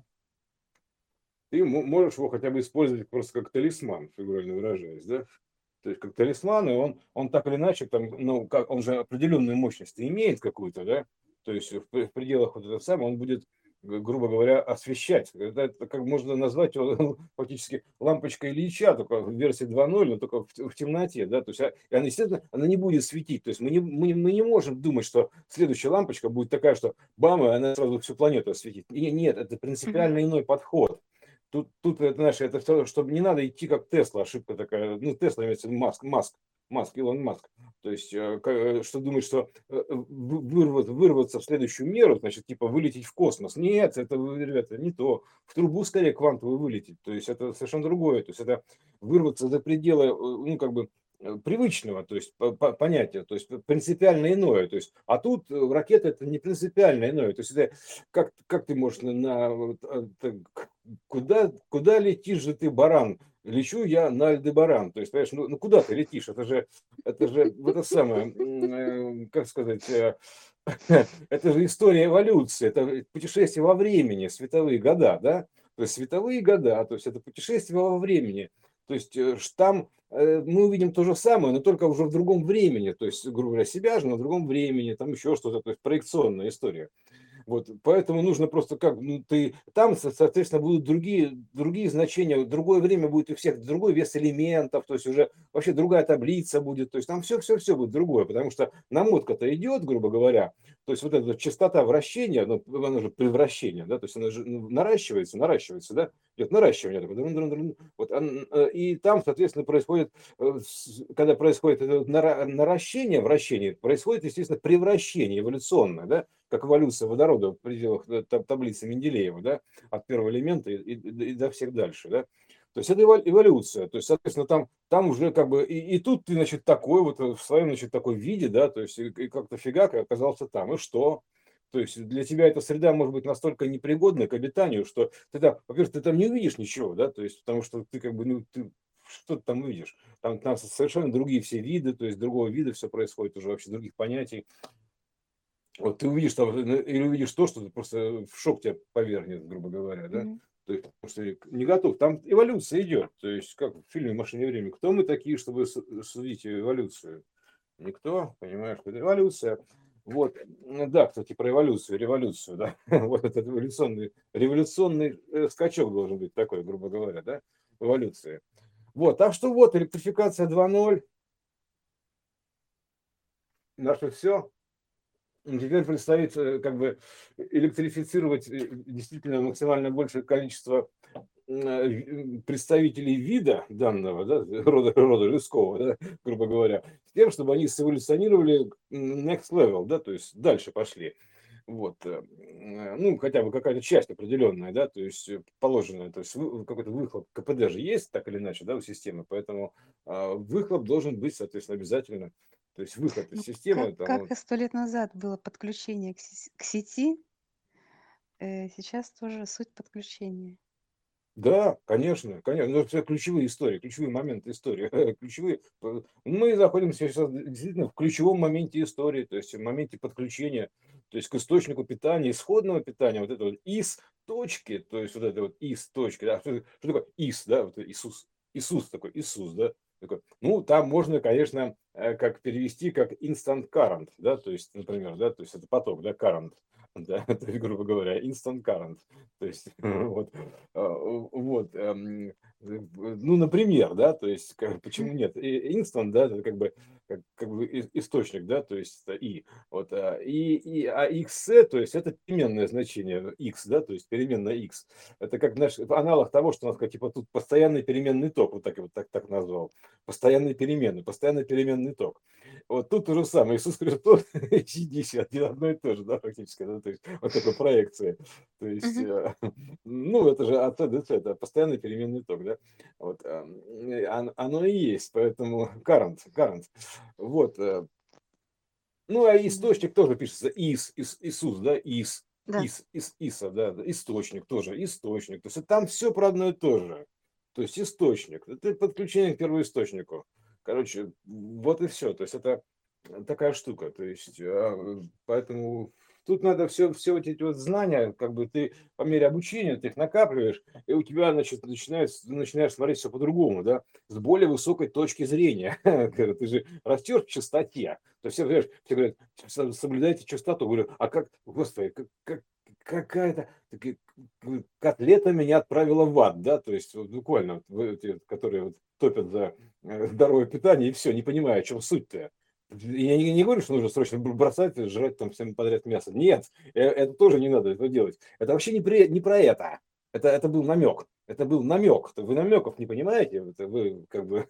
A: ты мо- можешь его хотя бы использовать просто как талисман, фигурально выражаясь, да? То есть как талисман, и он, он так или иначе, там, ну, как, он же определенную мощность имеет какую-то, да? То есть в, пре- в пределах вот этого самого он будет, г- грубо говоря, освещать. Это, это как можно назвать его фактически лампочкой Ильича, только в версии два ноль, но только в, т- в темноте, да? То есть а- и она, естественно, она не будет светить. То есть мы не, мы, не- мы не можем думать, что следующая лампочка будет такая, что бам, и она сразу всю планету осветит. И нет, это
B: Мгм.
A: принципиально иной подход. Тут, тут это, знаешь, это все, чтобы не надо идти как Тесла, ошибка такая. Ну, Тесла имеется в виду Маск, Маск, Маск, Илон Маск. То есть, э, ка э, что думать, что, э, вы вырват вырваться в следующую меру, значит, типа вылететь в космос. Нет, это вы, ребята, не то. В трубу скорее квантовую вылететь. То есть это совершенно другое. То есть это вырваться за пределы, э, ну, как бы, э, привычного, то есть по по понятия, то есть п принципиально иное. То есть, а тут, э, ракета — это не принципиально иное. То есть это как как ты можешь на на вот, а, так куда куда летишь же ты, баран? Лечу я на Альдебаран. То есть, понимаешь, ну ну куда ты летишь? Это же это же в это самое, м, э, как сказать, э, это же история эволюции, это путешествие во времени, световые года, да? То есть световые года, то есть это путешествие во времени. То есть э, ш- там э, мы увидим то же самое, но только уже в другом времени. То есть, грубо говоря, себя же, но в другом времени, там еще что-то, то есть проекционная история. Вот, поэтому нужно просто как, ну, ты там, со- соответственно, будут другие, другие значения, другое время будет у всех, другой вес элементов, то есть уже вообще другая таблица будет, то есть там все, все, все будет другое, потому что намотка-то идет, грубо говоря, то есть вот эта вот частота вращения, ну, она же превращение, да, то есть она же ну, наращивается, наращивается, да, идет наращивание, такое, дрын-дрын-дрын. Вот, он, э, и там, соответственно, происходит, э, с- когда происходит это вот нара- наращение, вращение, происходит, естественно, превращение эволюционное, да, как эволюция водорода в пределах э, та- таблицы Менделеева, да, от первого элемента и, и- и до всех дальше, да. То есть это эво- эволюция, то есть, соответственно, там, там уже как бы, и, и тут ты, значит, такой вот э, в своем, значит, такой виде, да, то есть и, и как-то фигак оказался там, и что? То есть для тебя эта среда может быть настолько непригодна к обитанию, что ты там, во-первых, ты там не увидишь ничего, да, то есть потому что ты как бы, ну, ты что ты там увидишь? Там, там совершенно другие все виды, то есть другого вида все происходит, уже вообще других понятий. Вот ты увидишь там, э, или увидишь то, что ты просто в шок тебя повергнет, грубо говоря, да?
B: Мгм.
A: То есть, потому что ты не готов. Там эволюция идет. То есть, как в фильме «Машине времени». Кто мы такие, чтобы су- судить эволюцию? Никто, понимаешь, это эволюция. Вот, М, да, кстати, про эволюцию, революцию, да. Вот этот эволюционный, революционный э, скачок должен быть такой, грубо говоря, да, эволюции. Вот, так что вот, электрификация два ноль, наше все. И теперь предстоит э, как бы электрифицировать э, действительно максимально большее количество э, ви- представителей вида данного, да, рода, рода людского, да, грубо говоря, с тем, чтобы они сэволюционировали м, next level, да, то есть дальше пошли. Вот, э, м, ну, хотя бы какая-то часть определенная, да, то есть э, положенная, то есть вы- какой-то выхлоп КПД же есть, так или иначе, да, у системы, поэтому а, выхлоп должен быть, соответственно, обязательно. То есть выход из
B: Ну, как,
A: системы, там,
B: как
A: вот,
B: и сто лет назад было подключение к, сес- к сети, э, сейчас тоже суть подключения.
A: да, конечно, конечно. Ну, это все ключевые истории, ключевые моменты истории, ключевые. п- Мы находимся сейчас действительно в ключевом моменте истории, то есть в моменте подключения, то есть к источнику питания, исходного питания, вот это вот из точки, то есть вот это вот из точки, да, что, что такое из, да, вот Иисус, Иисус такой, Иисус, да, такой. Ну, там можно, конечно, э, как перевести как instant current, да, то есть, например, да, то есть это поток, да, current, да, то есть, грубо говоря, instant current, то есть вот. А, вот, эм, ну, например, да, то есть, как, почему нет? И Instant, да, это как бы, как, как бы и- источник, да, то есть это и. Вот, а, и, и, а икс, то есть это переменное значение x, да, то есть переменная x. Это как наш аналог того, что у нас как, типа тут постоянный переменный ток, вот так я вот так, так назвал. Постоянные перемены, постоянный переменный ток. Вот тут то же самое. Иисус Христос и си одно и то же, да, фактически. Да, то есть вот такой проекции. То есть,
B: Мгм.
A: э, ну, это же от ТДЦ, это постоянный переменный ток, да. Вот, а, м, он- оно и есть, поэтому current, current. Вот. э, Ну, а
B: Да.
A: источник тоже пишется из, из Иисус, да, из,
B: Да.
A: из, из, Иса, да, да, источник тоже, источник. То есть там все про одно и то же. То есть источник, это подключение к первоисточнику. Короче, вот и все. То есть это такая штука. То есть, а, поэтому тут надо все, все вот эти вот знания, как бы ты по мере обучения, ты их накапливаешь, и у тебя, значит, начинает, ты начинаешь смотреть все по-другому, да, с более высокой точки зрения. Когда ты же растешь в чистоте. То есть все, говорят, все говорят, «Со- соблюдайте чистоту». Говорю, а как, господи, как, как- какая-то таки, к- котлета меня отправила в ад, да, то есть вот буквально, вот эти, вот, которые вот топят за э, здоровое питание, и все, не понимаю, о чем суть-то. Я не, не говорю, что нужно срочно бр- бросать и жрать там всем подряд мясо. Нет, э, это тоже не надо этого делать. Это вообще не, при, не про это. Это, это был намек. Это был намек. Вы намеков не понимаете? Это вы как бы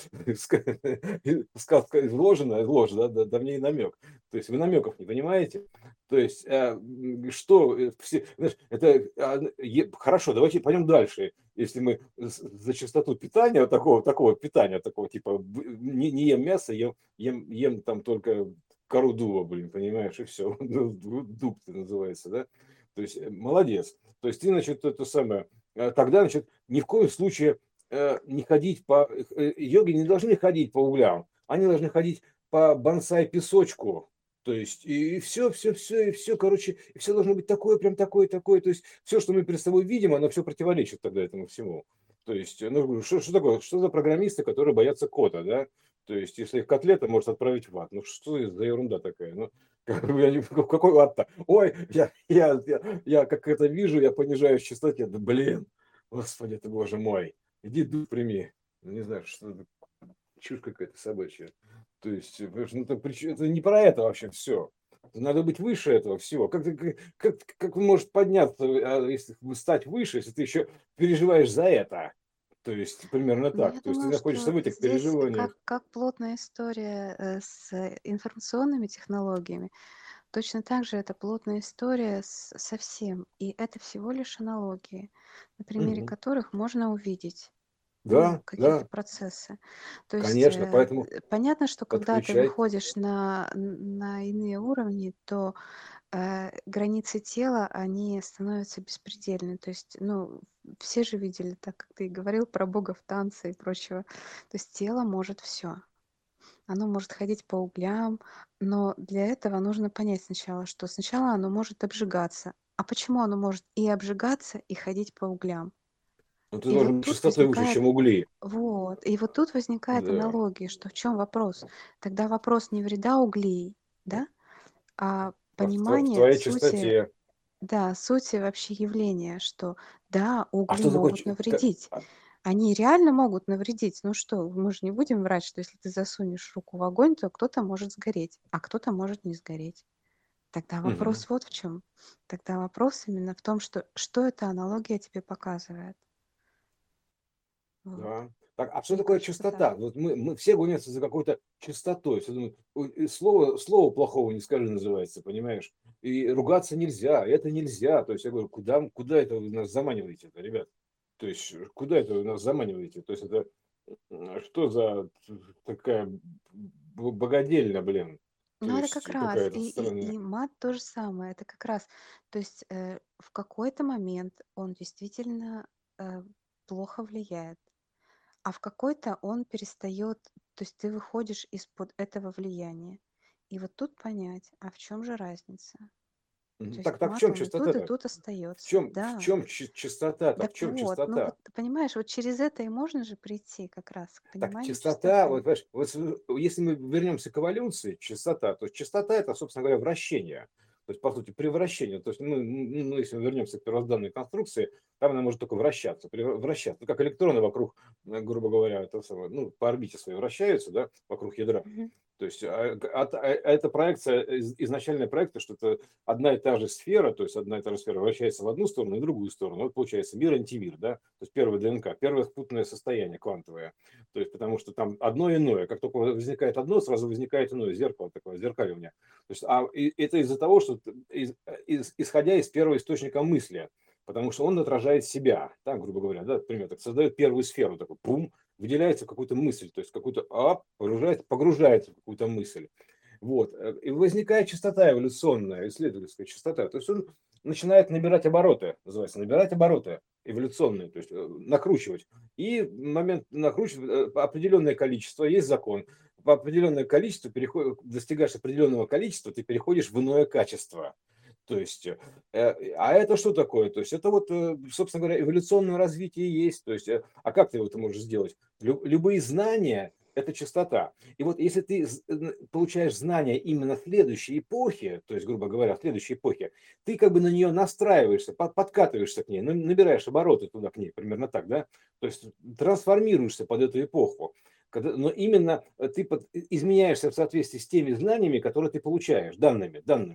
A: сказка изложена, изложена, да, да в ней намек. То есть вы намеков не понимаете? То есть э, что, э, все, знаешь, это а, е- хорошо, давайте пойдем дальше. Если мы с- за частоту питания, вот такого, такого питания, такого типа б- не, не ем мясо, ем, ем, ем там только кору дуба, блин, понимаешь, и все. Дуб это называется, да? То есть э, молодец. То есть ты, значит, это самое, э, тогда, значит, ни в коем случае э, не ходить по... э, Йоги не должны ходить по углям, они должны ходить по бонсай-песочку. То есть и все, все, все, и все, короче, и все должно быть такое, прям такое, такое. То есть все, что мы перед собой видим, оно все противоречит тогда этому всему. То есть, ну, что, что такое? Что за программисты, которые боятся кода, да? То есть, если их котлета может отправить в ад. Ну, что за ерунда такая? Ну, как бы я не- какой ад-то? Ой, я, я, я, я как это вижу, я понижаюсь в частоте. Да блин, господи ты, боже мой. Иди дух прими. Ну, не знаю, что это, чушь какая-то собачья. То есть, понимаешь, ну, это, прич- это не про это вообще все. Надо быть выше этого всего. Как, ты- как, как, как может подняться, а, если стать выше, если ты еще переживаешь за это? То есть, примерно
B: Но
A: так.
B: я
A: То есть, ты
B: думаю,
A: находишься
B: что
A: в этих
B: здесь как,
A: переживаниях.
B: как плотная история э, с информационными технологиями, точно так же это плотная история с, со всем. И это всего лишь аналогии, на примере
A: Мгм.
B: которых можно увидеть ну,
A: Да,
B: какие-то
A: да,
B: процессы. То есть
A: конечно.
B: э,
A: Поэтому
B: э, понятно, что когда ты
A: подключай.
B: выходишь на, на иные уровни, то э, границы тела, они становятся беспредельны. То есть, ну, все же видели, так как ты и говорил про бога в танце и прочего. То есть тело может все. Оно может ходить по углям, но для этого нужно понять сначала, что сначала оно может обжигаться. А почему оно может и обжигаться, и ходить по углям?
A: Но ты
B: И вот
A: должен быть
B: тут
A: частотой выше,
B: возникает
A: чем угли.
B: вот. И вот тут возникает
A: Да.
B: аналогия, что в чем вопрос? Тогда вопрос не вреда углей, да, а
A: А в, тво- в
B: понимание
A: твоей
B: сути,
A: частоте.
B: да, сути вообще явления, что да,
A: А
B: угли
A: что такое?
B: могут
A: ч- ка-
B: навредить.
A: а,
B: Они реально могут навредить. Ну что, мы же не будем врать, что если ты засунешь руку в огонь, то кто-то может сгореть, а кто-то может не сгореть. Тогда
A: мгм,
B: вопрос вот в чем. Тогда вопрос именно в том, что, что эта аналогия тебе показывает. Вот.
A: да. Так, а что
B: Мне
A: такое
B: кажется, так.
A: частота? Вот мы, мы все гонятся за какой-то частотой. Все думают, «Ой, и слово, слово плохого не скажи, называется, понимаешь? И ругаться нельзя, это нельзя. То есть я говорю, куда, куда это вы нас заманиваете, ребят? То есть куда это вы нас заманиваете? То есть это м, что за такая б- богадельня, блин? То
B: Ну, это как
A: есть
B: раз.
A: какая-то
B: И, и,
A: странная.
B: и мат то же самое. Это как раз. То есть э, в какой-то момент он действительно э, плохо влияет, а в какой-то он перестает, то есть ты выходишь из-под этого влияния. И вот тут понять, а в чем же разница?
A: Мгм.
B: То есть
A: Так, так в
B: мат,
A: чем
B: он и тут, и
A: частота-то?
B: тут
A: В
B: остается.
A: чем, в
B: Да.
A: чем частота-то? В
B: Так
A: чем
B: вот, ну вот
A: частота?
B: ты понимаешь, вот через это и можно же прийти как раз к
A: Так
B: пониманию
A: частота, вот,
B: частоты.
A: понимаешь, вот с- если мы вернемся к эволюции, частота, то частота это, собственно говоря, вращение. То есть, по сути, превращение. То есть, мы, ну, ну, если мы вернемся к первозданной конструкции, там она может только вращаться. превра- Вращаться. Ну, как электроны вокруг, э, грубо говоря, это самое, ну, по орбите своей вращаются, да, вокруг ядра.
B: Мгм.
A: То есть, а, а- а- а эта проекция, из- изначальная проекция, что это одна и та же сфера, то есть одна и та же сфера вращается в одну сторону и в другую сторону. Вот получается мир, антимир, да, то есть первое ДНК, первое спутанное состояние квантовое. То есть, потому что там одно иное. Как только возникает одно, сразу возникает иное зеркало, такое зеркаливание. То есть, а и это из-за того, что из, из, исходя из первого источника мысли, потому что он отражает себя, так, грубо говоря, да, например, так создает первую сферу, такой, пум, выделяется в какую-то мысль, то есть какую-то, ап, погружается, погружается в какую-то мысль. Вот. И возникает частота эволюционная, исследовательская частота. То есть он начинает набирать обороты, называется, набирать обороты эволюционные, то есть э, накручивать. И в момент накручивать э, определенное количество, есть закон, по определенное количество переход, достигаешь определенного количества, ты переходишь в иное качество. То есть, э, а это что такое? То есть это вот, э, собственно говоря, эволюционное развитие есть. То есть, э, а как ты это можешь сделать? Лю- любые знания – это частота. И вот если ты з- н- получаешь знания именно следующей эпохи, то есть, грубо говоря, следующей эпохи, ты как бы на нее настраиваешься, под- подкатываешься к ней, ну, набираешь обороты туда к ней, примерно так, да? То есть трансформируешься под эту эпоху. Когда- Но именно э, ты под- изменяешься в соответствии с теми знаниями, которые ты получаешь, данными, данными.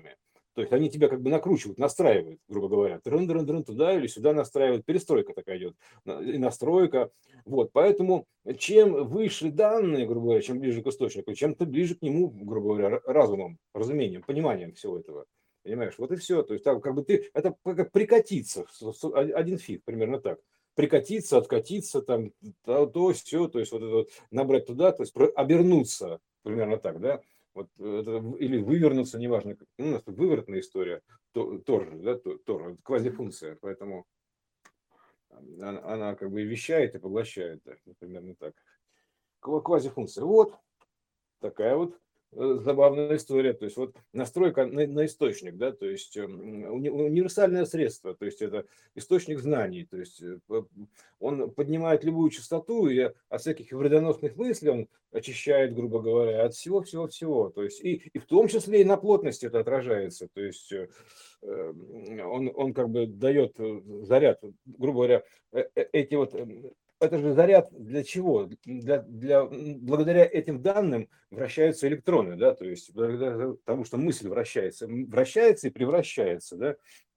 A: То есть они тебя как бы накручивают, настраивают, грубо говоря. Трын-трын-трын, туда или сюда настраивают. Перестройка такая идет. И настройка. Вот. Поэтому чем выше данные, грубо говоря, чем ближе к источнику, чем ты ближе к нему, грубо говоря, разумом, разумением, пониманием всего этого. Понимаешь? Вот и все. То есть так, как бы ты, это как прикатиться. Один фиг, примерно так. Прикатиться, откатиться, там, то, то все, то есть вот это вот, набрать туда, то есть обернуться, примерно так, да. Вот это, или вывернуться, неважно, ну, у нас тут выворотная история, то, тоже, да, то, тоже, квазифункция, поэтому она, она как бы и вещает, и поглощает, да, примерно так. Квазифункция. Вот такая вот забавная история. То есть вот настройка на, на источник, да, то есть уни, универсальное средство, то есть это источник знаний, то есть он поднимает любую частоту и от всяких вредоносных мыслей он очищает, грубо говоря, от всего-всего-всего, то есть и, и в том числе и на плотности это отражается, то есть он, он как бы дает заряд, грубо говоря, эти вот это же заряд для чего? Для, для, благодаря этим данным вращаются электроны, да, то есть благодаря тому, что мысль вращается, вращается и превращается, да.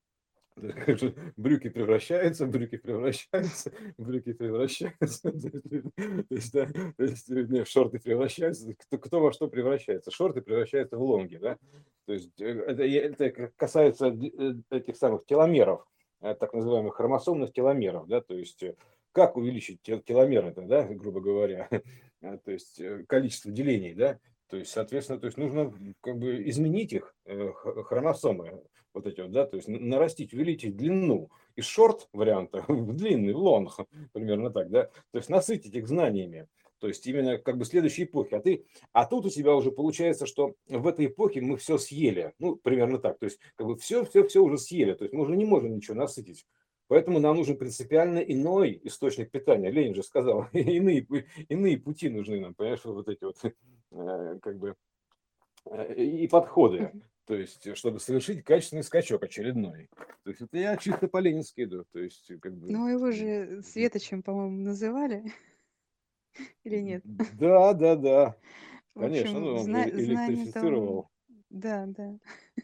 A: Брюки превращаются, брюки превращаются, брюки превращаются, то есть, да, то есть не, шорты превращаются, кто, кто во что превращается. Шорты превращаются в лонги, да, то есть это, это касается этих самых теломеров, так называемых хромосомных теломеров, да, то есть как увеличить теломеры, да, грубо говоря, то есть количество делений, да, то есть, соответственно, то есть нужно как бы изменить их, хромосомы, вот эти вот, да, то есть нарастить, увеличить длину из шорт варианта в длинный, в лонг, примерно так, да, то есть насытить их знаниями, то есть именно как бы следующей эпохи, а ты, а тут у тебя уже получается, что в этой эпохе мы все съели, ну, примерно так, то есть как бы все, все, все уже съели, то есть мы уже не можем ничего насытить. Поэтому нам нужен принципиально иной источник питания. Ленин же сказал, иные, иные пути нужны нам, понимаешь, вот эти вот как бы и подходы. То есть, чтобы совершить качественный скачок очередной. То есть, это я чисто по-ленински иду. То есть, как бы...
B: Ну, его же Светочем, по-моему, называли. Или нет?
A: Да, да, да.
B: В
A: Конечно,
B: общем,
A: ну, он
B: зна-
A: же
B: знание-то он...
A: электрифицировал.
B: Да, да.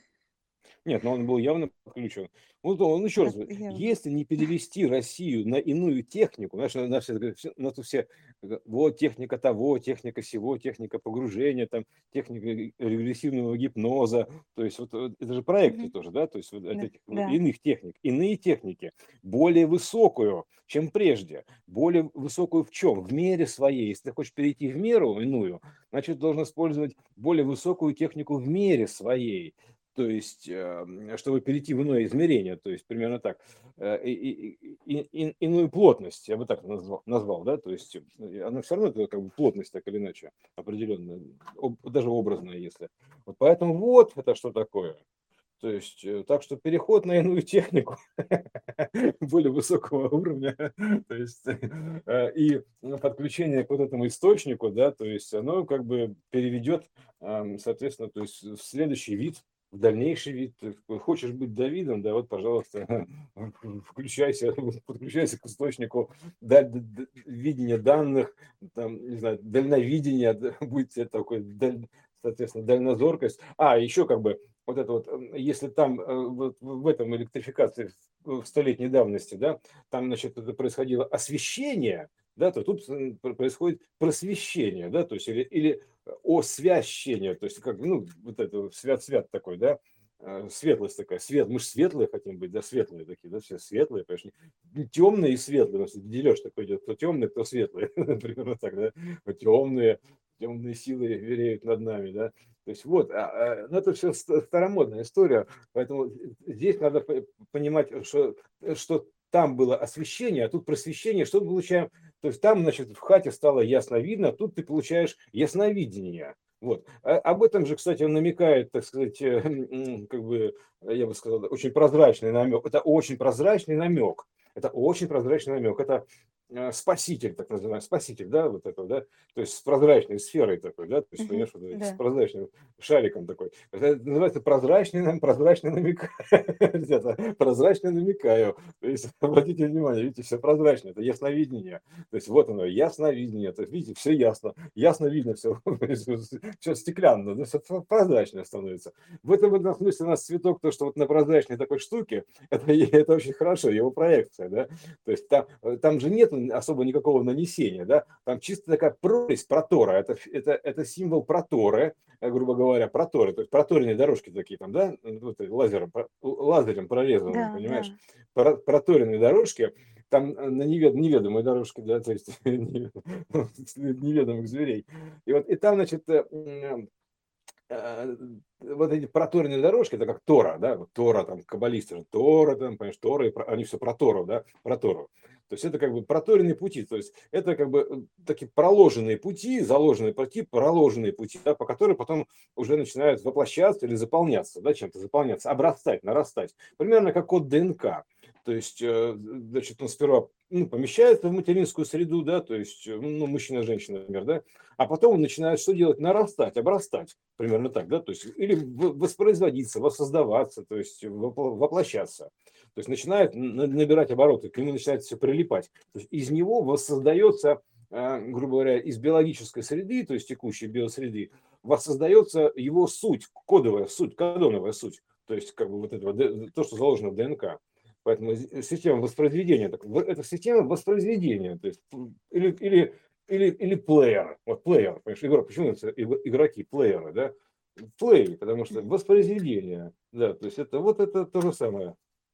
A: Нет, но он был явно подключен. Вот он еще раз
B: Так,
A: говорит,
B: явно.
A: если не перевести Россию на иную технику, знаешь, на, на все, на то все, вот техника того, техника сего, техника погружения, там, техника регрессивного гипноза, то есть вот это же проекты
B: Мгм.
A: тоже, да, то есть вот от
B: Да,
A: этих
B: да.
A: иных техник, иные техники, более высокую, чем прежде, более высокую в чем? В мере своей. Если ты хочешь перейти в меру иную, значит, должен использовать более высокую технику в мере своей. То есть, чтобы перейти в иное измерение, то есть примерно так, и, и, и, и, иную плотность, я бы так назвал, назвал, да, то есть она все равно это как бы плотность так или иначе определенная, даже образная, если. Вот поэтому вот это что такое. То есть, так что переход на иную технику более высокого уровня, то есть, и подключение к вот этому источнику, да, то есть оно как бы переведет, соответственно, то есть в следующий вид, в дальнейший вид. Хочешь быть Давидом, да, вот, пожалуйста, включайся, подключайся к источнику видения данных, там, не знаю, дальновидения, будет тебе такой, соответственно, дальнозоркость. А, еще как бы вот это вот, если там вот в этом электрификации в столетней давности, да, там, значит, это происходило освещение, да, то тут происходит просвещение, да, то есть или, или освящение, то есть как, ну, вот это свят-свят такой, да, светлость такая, свет, мы же светлые хотим быть, да, светлые такие, да, все светлые, конечно, темные и светлые, дележ такой идет, кто темный, кто светлый, примерно так, да, темные, темные силы вереют над нами, да, то есть вот, а, а, ну, это все старомодная история, поэтому здесь надо понимать, что, что там было освещение, а тут просвещение, что мы получаем, то есть там, значит, в хате стало ясно видно, а тут ты получаешь ясновидение. Вот. А, об этом же, кстати, он намекает, так сказать, как бы, я бы сказал, очень прозрачный намек. Это очень прозрачный намек. Это очень прозрачный намек. Это э, спаситель, так называемый, спаситель, да, вот этого, да, то есть с прозрачной сферой такой, да, то есть,
B: Мгм.
A: понимаешь, вот эти с
B: Да.
A: прозрачным шариком такой. Это называется прозрачный, нам прозрачный намекаю. Это прозрачный намекаю. То есть, обратите внимание, видите, все прозрачно, это ясновидение. То есть вот оно, ясновидение. То есть, видите, все ясно, ясно видно все, все стеклянно, да, всё прозрачное становится. В этом, в этом смысле у нас цветок, то, что вот на прозрачной такой штуке, это, это очень хорошо, его проекция, да. То есть там, э, там же нет особо никакого нанесения, да, там чисто такая прорезь, протора, это, ф- это, это символ проторы, э, грубо говоря, проторы, то есть проторенные дорожки такие там, да, вот, э, лазером, про- лазером
B: Да,
A: прорезанные,
B: да.
A: понимаешь, Про- проторенные дорожки, там э, на невед- неведомые дорожки, да, то есть неведомых зверей. И вот, и там, значит, э, м, э, вот эти проторенные дорожки, это как Тора, да, вот Тора, там, каббалисты же, Тора, там, понимаешь, Тора, и про- они все про Тору, да, про Тору. То есть это как бы проторенные пути, то есть это как бы э, такие проложенные пути, заложенные пути, проложенные пути, да, по которым потом уже начинают воплощаться или заполняться, да, чем-то заполняться, обрастать, нарастать. Примерно как код ДНК. То есть, э, значит, он сперва ну, помещается в материнскую среду, да, то есть, э, ну, мужчина, женщина, например, да, а потом он начинает что делать? Нарастать, обрастать. Примерно так, да, то есть или воспроизводиться, воссоздаваться, то есть воплощаться. То есть начинает набирать обороты, к нему начинает все прилипать. То есть из него воссоздается, э, грубо говоря, из биологической среды, то есть текущей биосреды, воссоздается его суть, кодовая суть, кодоновая суть. То есть как бы вот это вот, то, что заложено в ДНК. Поэтому система воспроизведения, это система воспроизведения, то есть или, или или, или плеер. Вот плеер, понимаешь, игрок. Почему это игроки, плееры, да? Плей, потому что воспроизведение, да, то есть это вот это то же самое.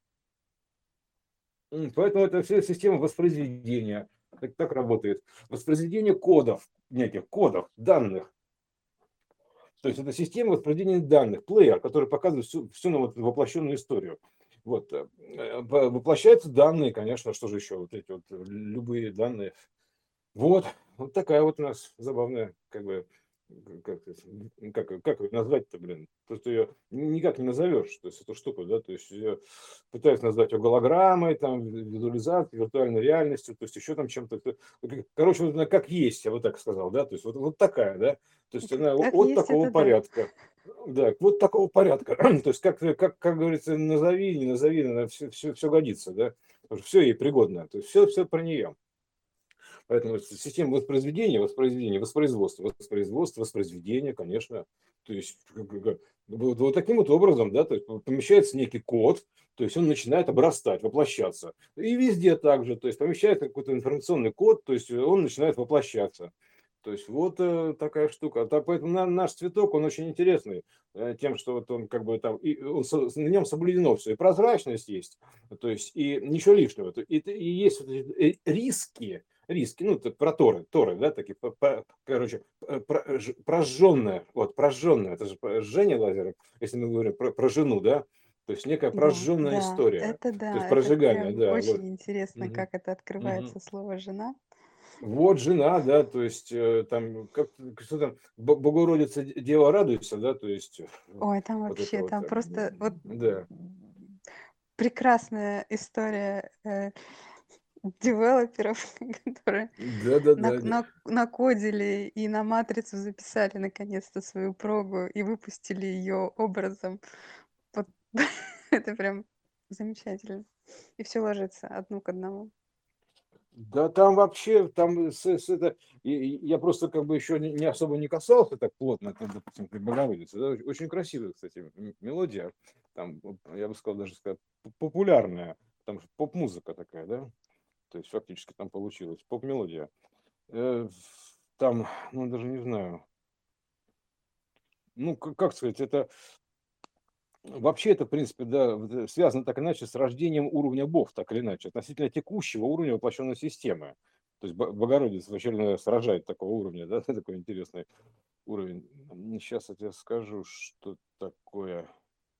A: Поэтому это вся система воспроизведения. Так, так работает. Воспроизведение кодов, неких кодов, данных. То есть это система воспроизведения данных, плеер, который показывает всю, всю ну, вот, воплощенную историю. Вот. э, Воплощаются данные, конечно, что же еще, вот эти вот любые данные. Вот, вот такая вот у нас забавная, как бы, как, как, как ее назвать-то, блин? Просто ее никак не назовешь, то есть эту штуку, да, то есть ее пытаюсь назвать ее голограммой, там, визуализацией, виртуальной реальностью, то есть еще там чем-то. Короче, вот она как есть, я бы так сказал, да, то есть вот, вот такая, да, то есть она
B: Как
A: от
B: есть,
A: такого
B: это да.
A: порядка. Да, вот такого порядка. То есть, как, как, как говорится, назови, не назови, все, все, все годится, да, все ей пригодно, то есть все, все про нее. Поэтому система воспроизведения, воспроизведения, воспроизводства, воспроизводства, воспроизведения, конечно. То есть как- как- как, вот, вот таким вот образом, да, то есть помещается некий код, то есть он начинает обрастать, воплощаться. И везде также, то есть помещается какой-то информационный код, то есть он начинает воплощаться. То есть вот э, такая штука. Так, поэтому на- наш цветок, он очень интересный э, тем, что вот он как бы там, и он со- на нем соблюдено все, и прозрачность есть, то есть и ничего лишнего. И, и есть вот эти, э, риски, риски, ну, это про торы, торы, да, такие, по- по- короче, э, про- ж- прожженная, вот, прожженная, это же про- жжение лазером, если мы говорим про, про жену, да, то есть некая
B: Да,
A: прожженная
B: да,
A: история,
B: это
A: то
B: да,
A: есть
B: это
A: прожигание,
B: прям
A: да, вот.
B: очень интересно,
A: Мгм.
B: как это
A: Мгм.
B: открывается слово «жена».
A: Вот жена, да, то есть э, там, как, что там, Бо- Богородица, Д- Дева радуйся, да, то есть э,
B: Ой, там
A: вот это
B: вообще,
A: вот,
B: там
A: э,
B: просто вот
A: да.
B: прекрасная история э, девелоперов, которые
A: Да, да,
B: на-
A: да.
B: на- накодили и на матрицу записали наконец-то свою прогу и выпустили ее образом. Вот это прям замечательно. И все ложится одно к одному.
A: Да там вообще, там с, с это, и- и я просто как бы еще не, не особо не касался так плотно, как, допустим, как Богородица. Да, очень красивая, кстати, м- мелодия. Там, вот, я бы сказал, даже сказать, п- популярная, потому что поп-музыка такая, да. То есть фактически там получилась поп-мелодия. Э, Там, ну даже не знаю, ну как, как сказать, это вообще это, в принципе, да, вот, э, связано так или иначе с рождением уровня бог, так или иначе, относительно текущего уровня воплощенной системы. То есть Бо- Богородица в очередной раз рожает такого уровня, да, такой интересный уровень. Сейчас я тебе скажу, что такое.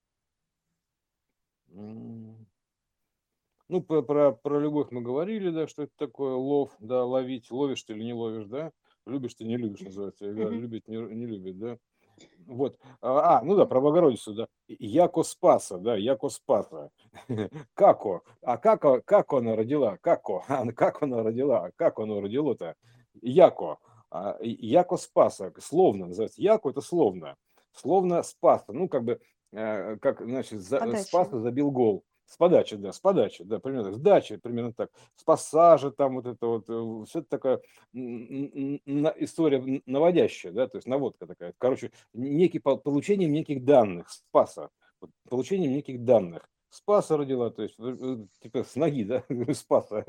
A: М, Ну, про, про, про любовь мы говорили, да, что это такое лов, да, ловить, ловишь ты или не ловишь, да, любишь ты, не любишь, называется, игра
B: Мгм.
A: любит, не, не любит, да. Вот. А, а, ну да, про Богородицу, да. Яко Спаса, да, Яко Спаса. Како? А како, как она родила? Како? А, как она родила? Как оно родило-то? Яко. А, и- Яко Спаса. Словно называется. Яко это словно. Словно Спаса. Ну, как бы, э, как, значит, за-
B: Подача.
A: Спаса забил гол. С подачи, да, с подачи, да, примерно, с дачи, примерно так. С пассажа там вот это вот, все это такая м, м, м, история н- наводящая, да, то есть наводка такая. Короче, некий, по- получением неких данных, спаса, вот, получением неких данных. Спаса родила, то есть, э, э, типа, с ноги, да, спаса.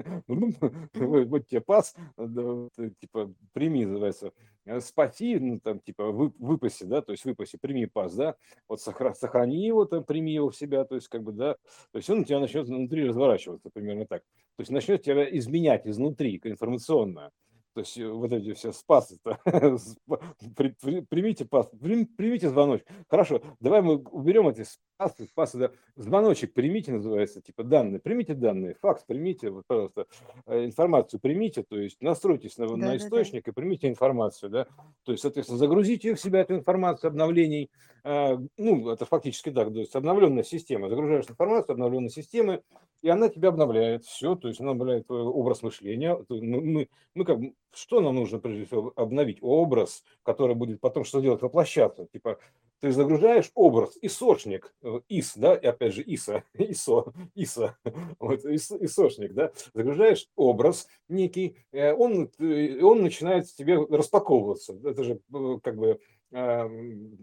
B: Мгм.
A: Вот вот тебе пас, да, вот, э, типа, прими, называется. Э, Спаси, ну, там, типа, вы- выпаси, да, то есть, выпаси, прими пас, да, вот сохра- сохрани его, там, прими его в себя, то есть, как бы, да, то есть, он у тебя начнет внутри разворачиваться, примерно так. То есть, начнет тебя изменять изнутри, информационно. То есть э, вот эти все спасы-то, спа- при- при- примите пас, прим- примите звоночек. Хорошо, давай мы уберем эти спасы, спасы, да. Звоночек примите, называется, типа данные, примите данные, факс примите, вот, пожалуйста, э, информацию примите, то есть настройтесь на, на
B: Да-да-да.
A: источник и примите информацию, да. То есть, соответственно, загрузите в себя эту информацию, обновлений, э, ну, это фактически так, то есть обновленная система, загружаешь информацию обновленной системы, и она тебя обновляет, все, то есть она обновляет твой образ мышления. То есть Мы, мы мы как бы, что нам нужно прежде всего обновить? Образ, который будет потом что делать? Воплощаться. Типа, ты загружаешь образ, источник, э, ис, да, и опять же иса, исо, иса, вот, ис- источник, да, загружаешь образ некий, э, он, э, он начинает тебе распаковываться. Это же э, как бы эм,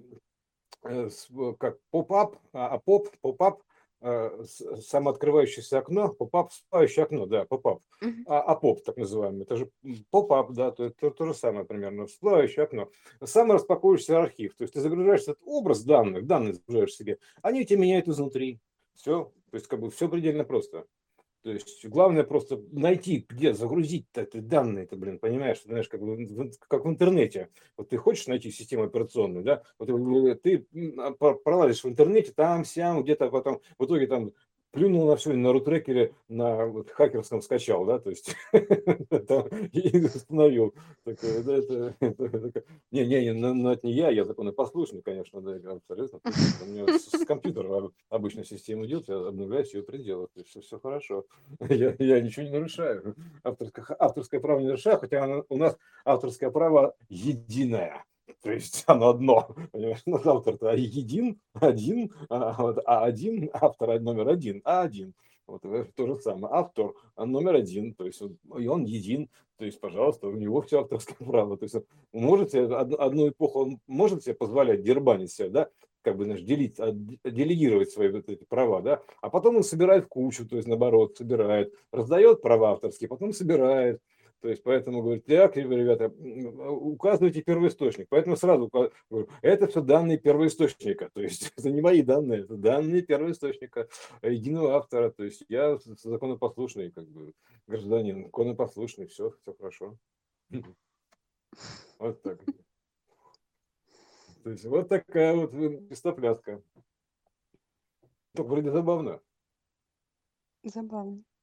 A: э, с- в- как поп-ап, а а поп, поп-ап, э, с- самооткрывающееся окно, поп-ап, всплывающее окно, да, поп-ап.
B: Мгм.
A: А, а поп, так называемый, это же м, поп-ап, да, то, то, то же самое примерно, всплывающее окно. Самораспаковывающийся архив, то есть ты загружаешь этот образ данных, данные загружаешь себе, они у тебя меняют изнутри. Все, то есть как бы все предельно просто. То есть главное просто найти, где загрузить эти данные, ты, блин, понимаешь, знаешь, как, бы в- как в интернете. Вот ты хочешь найти систему операционную, да, вот э, ты м, а, про- пролазишь в интернете, там, сям, где-то потом, в итоге там плюнул на все, на рутрекере, на вот, хакерском скачал, да, то есть там и установил. Такое, да, это, это- это- не, не, не, ну, ну, это не я, я законопослушный, конечно, да, абсолютно. То есть это у меня вот с, с компьютера обычно система идет, я обновляюсь ее пределы, то есть все, все хорошо. Я, я ничего не нарушаю. Авторское, авторское право не нарушаю, хотя оно- у нас авторское право единое. То есть оно одно, понимаешь, у нас автор-то един, один, а, вот, а один, автор номер один, а один. Вот э, то же самое. Автор номер один, то есть он, и он един, то есть, пожалуйста, у него все авторское право. То есть он может себе од- одну эпоху, он может себе позволять дербанить себя, да, как бы, знаешь, делить, от- делегировать свои вот эти права, да, а потом он собирает в кучу, то есть наоборот, собирает, раздает права авторские, потом собирает. То есть поэтому говорит, так, ребята, указывайте первоисточник. Поэтому сразу говорю, это все данные первоисточника. То есть это не мои данные, это данные первоисточника, единого автора. То есть я законопослушный, как бы, гражданин, законопослушный, все, все хорошо. Вот так. То есть вот такая вот пестопляска. Вроде забавно.
B: Забавно.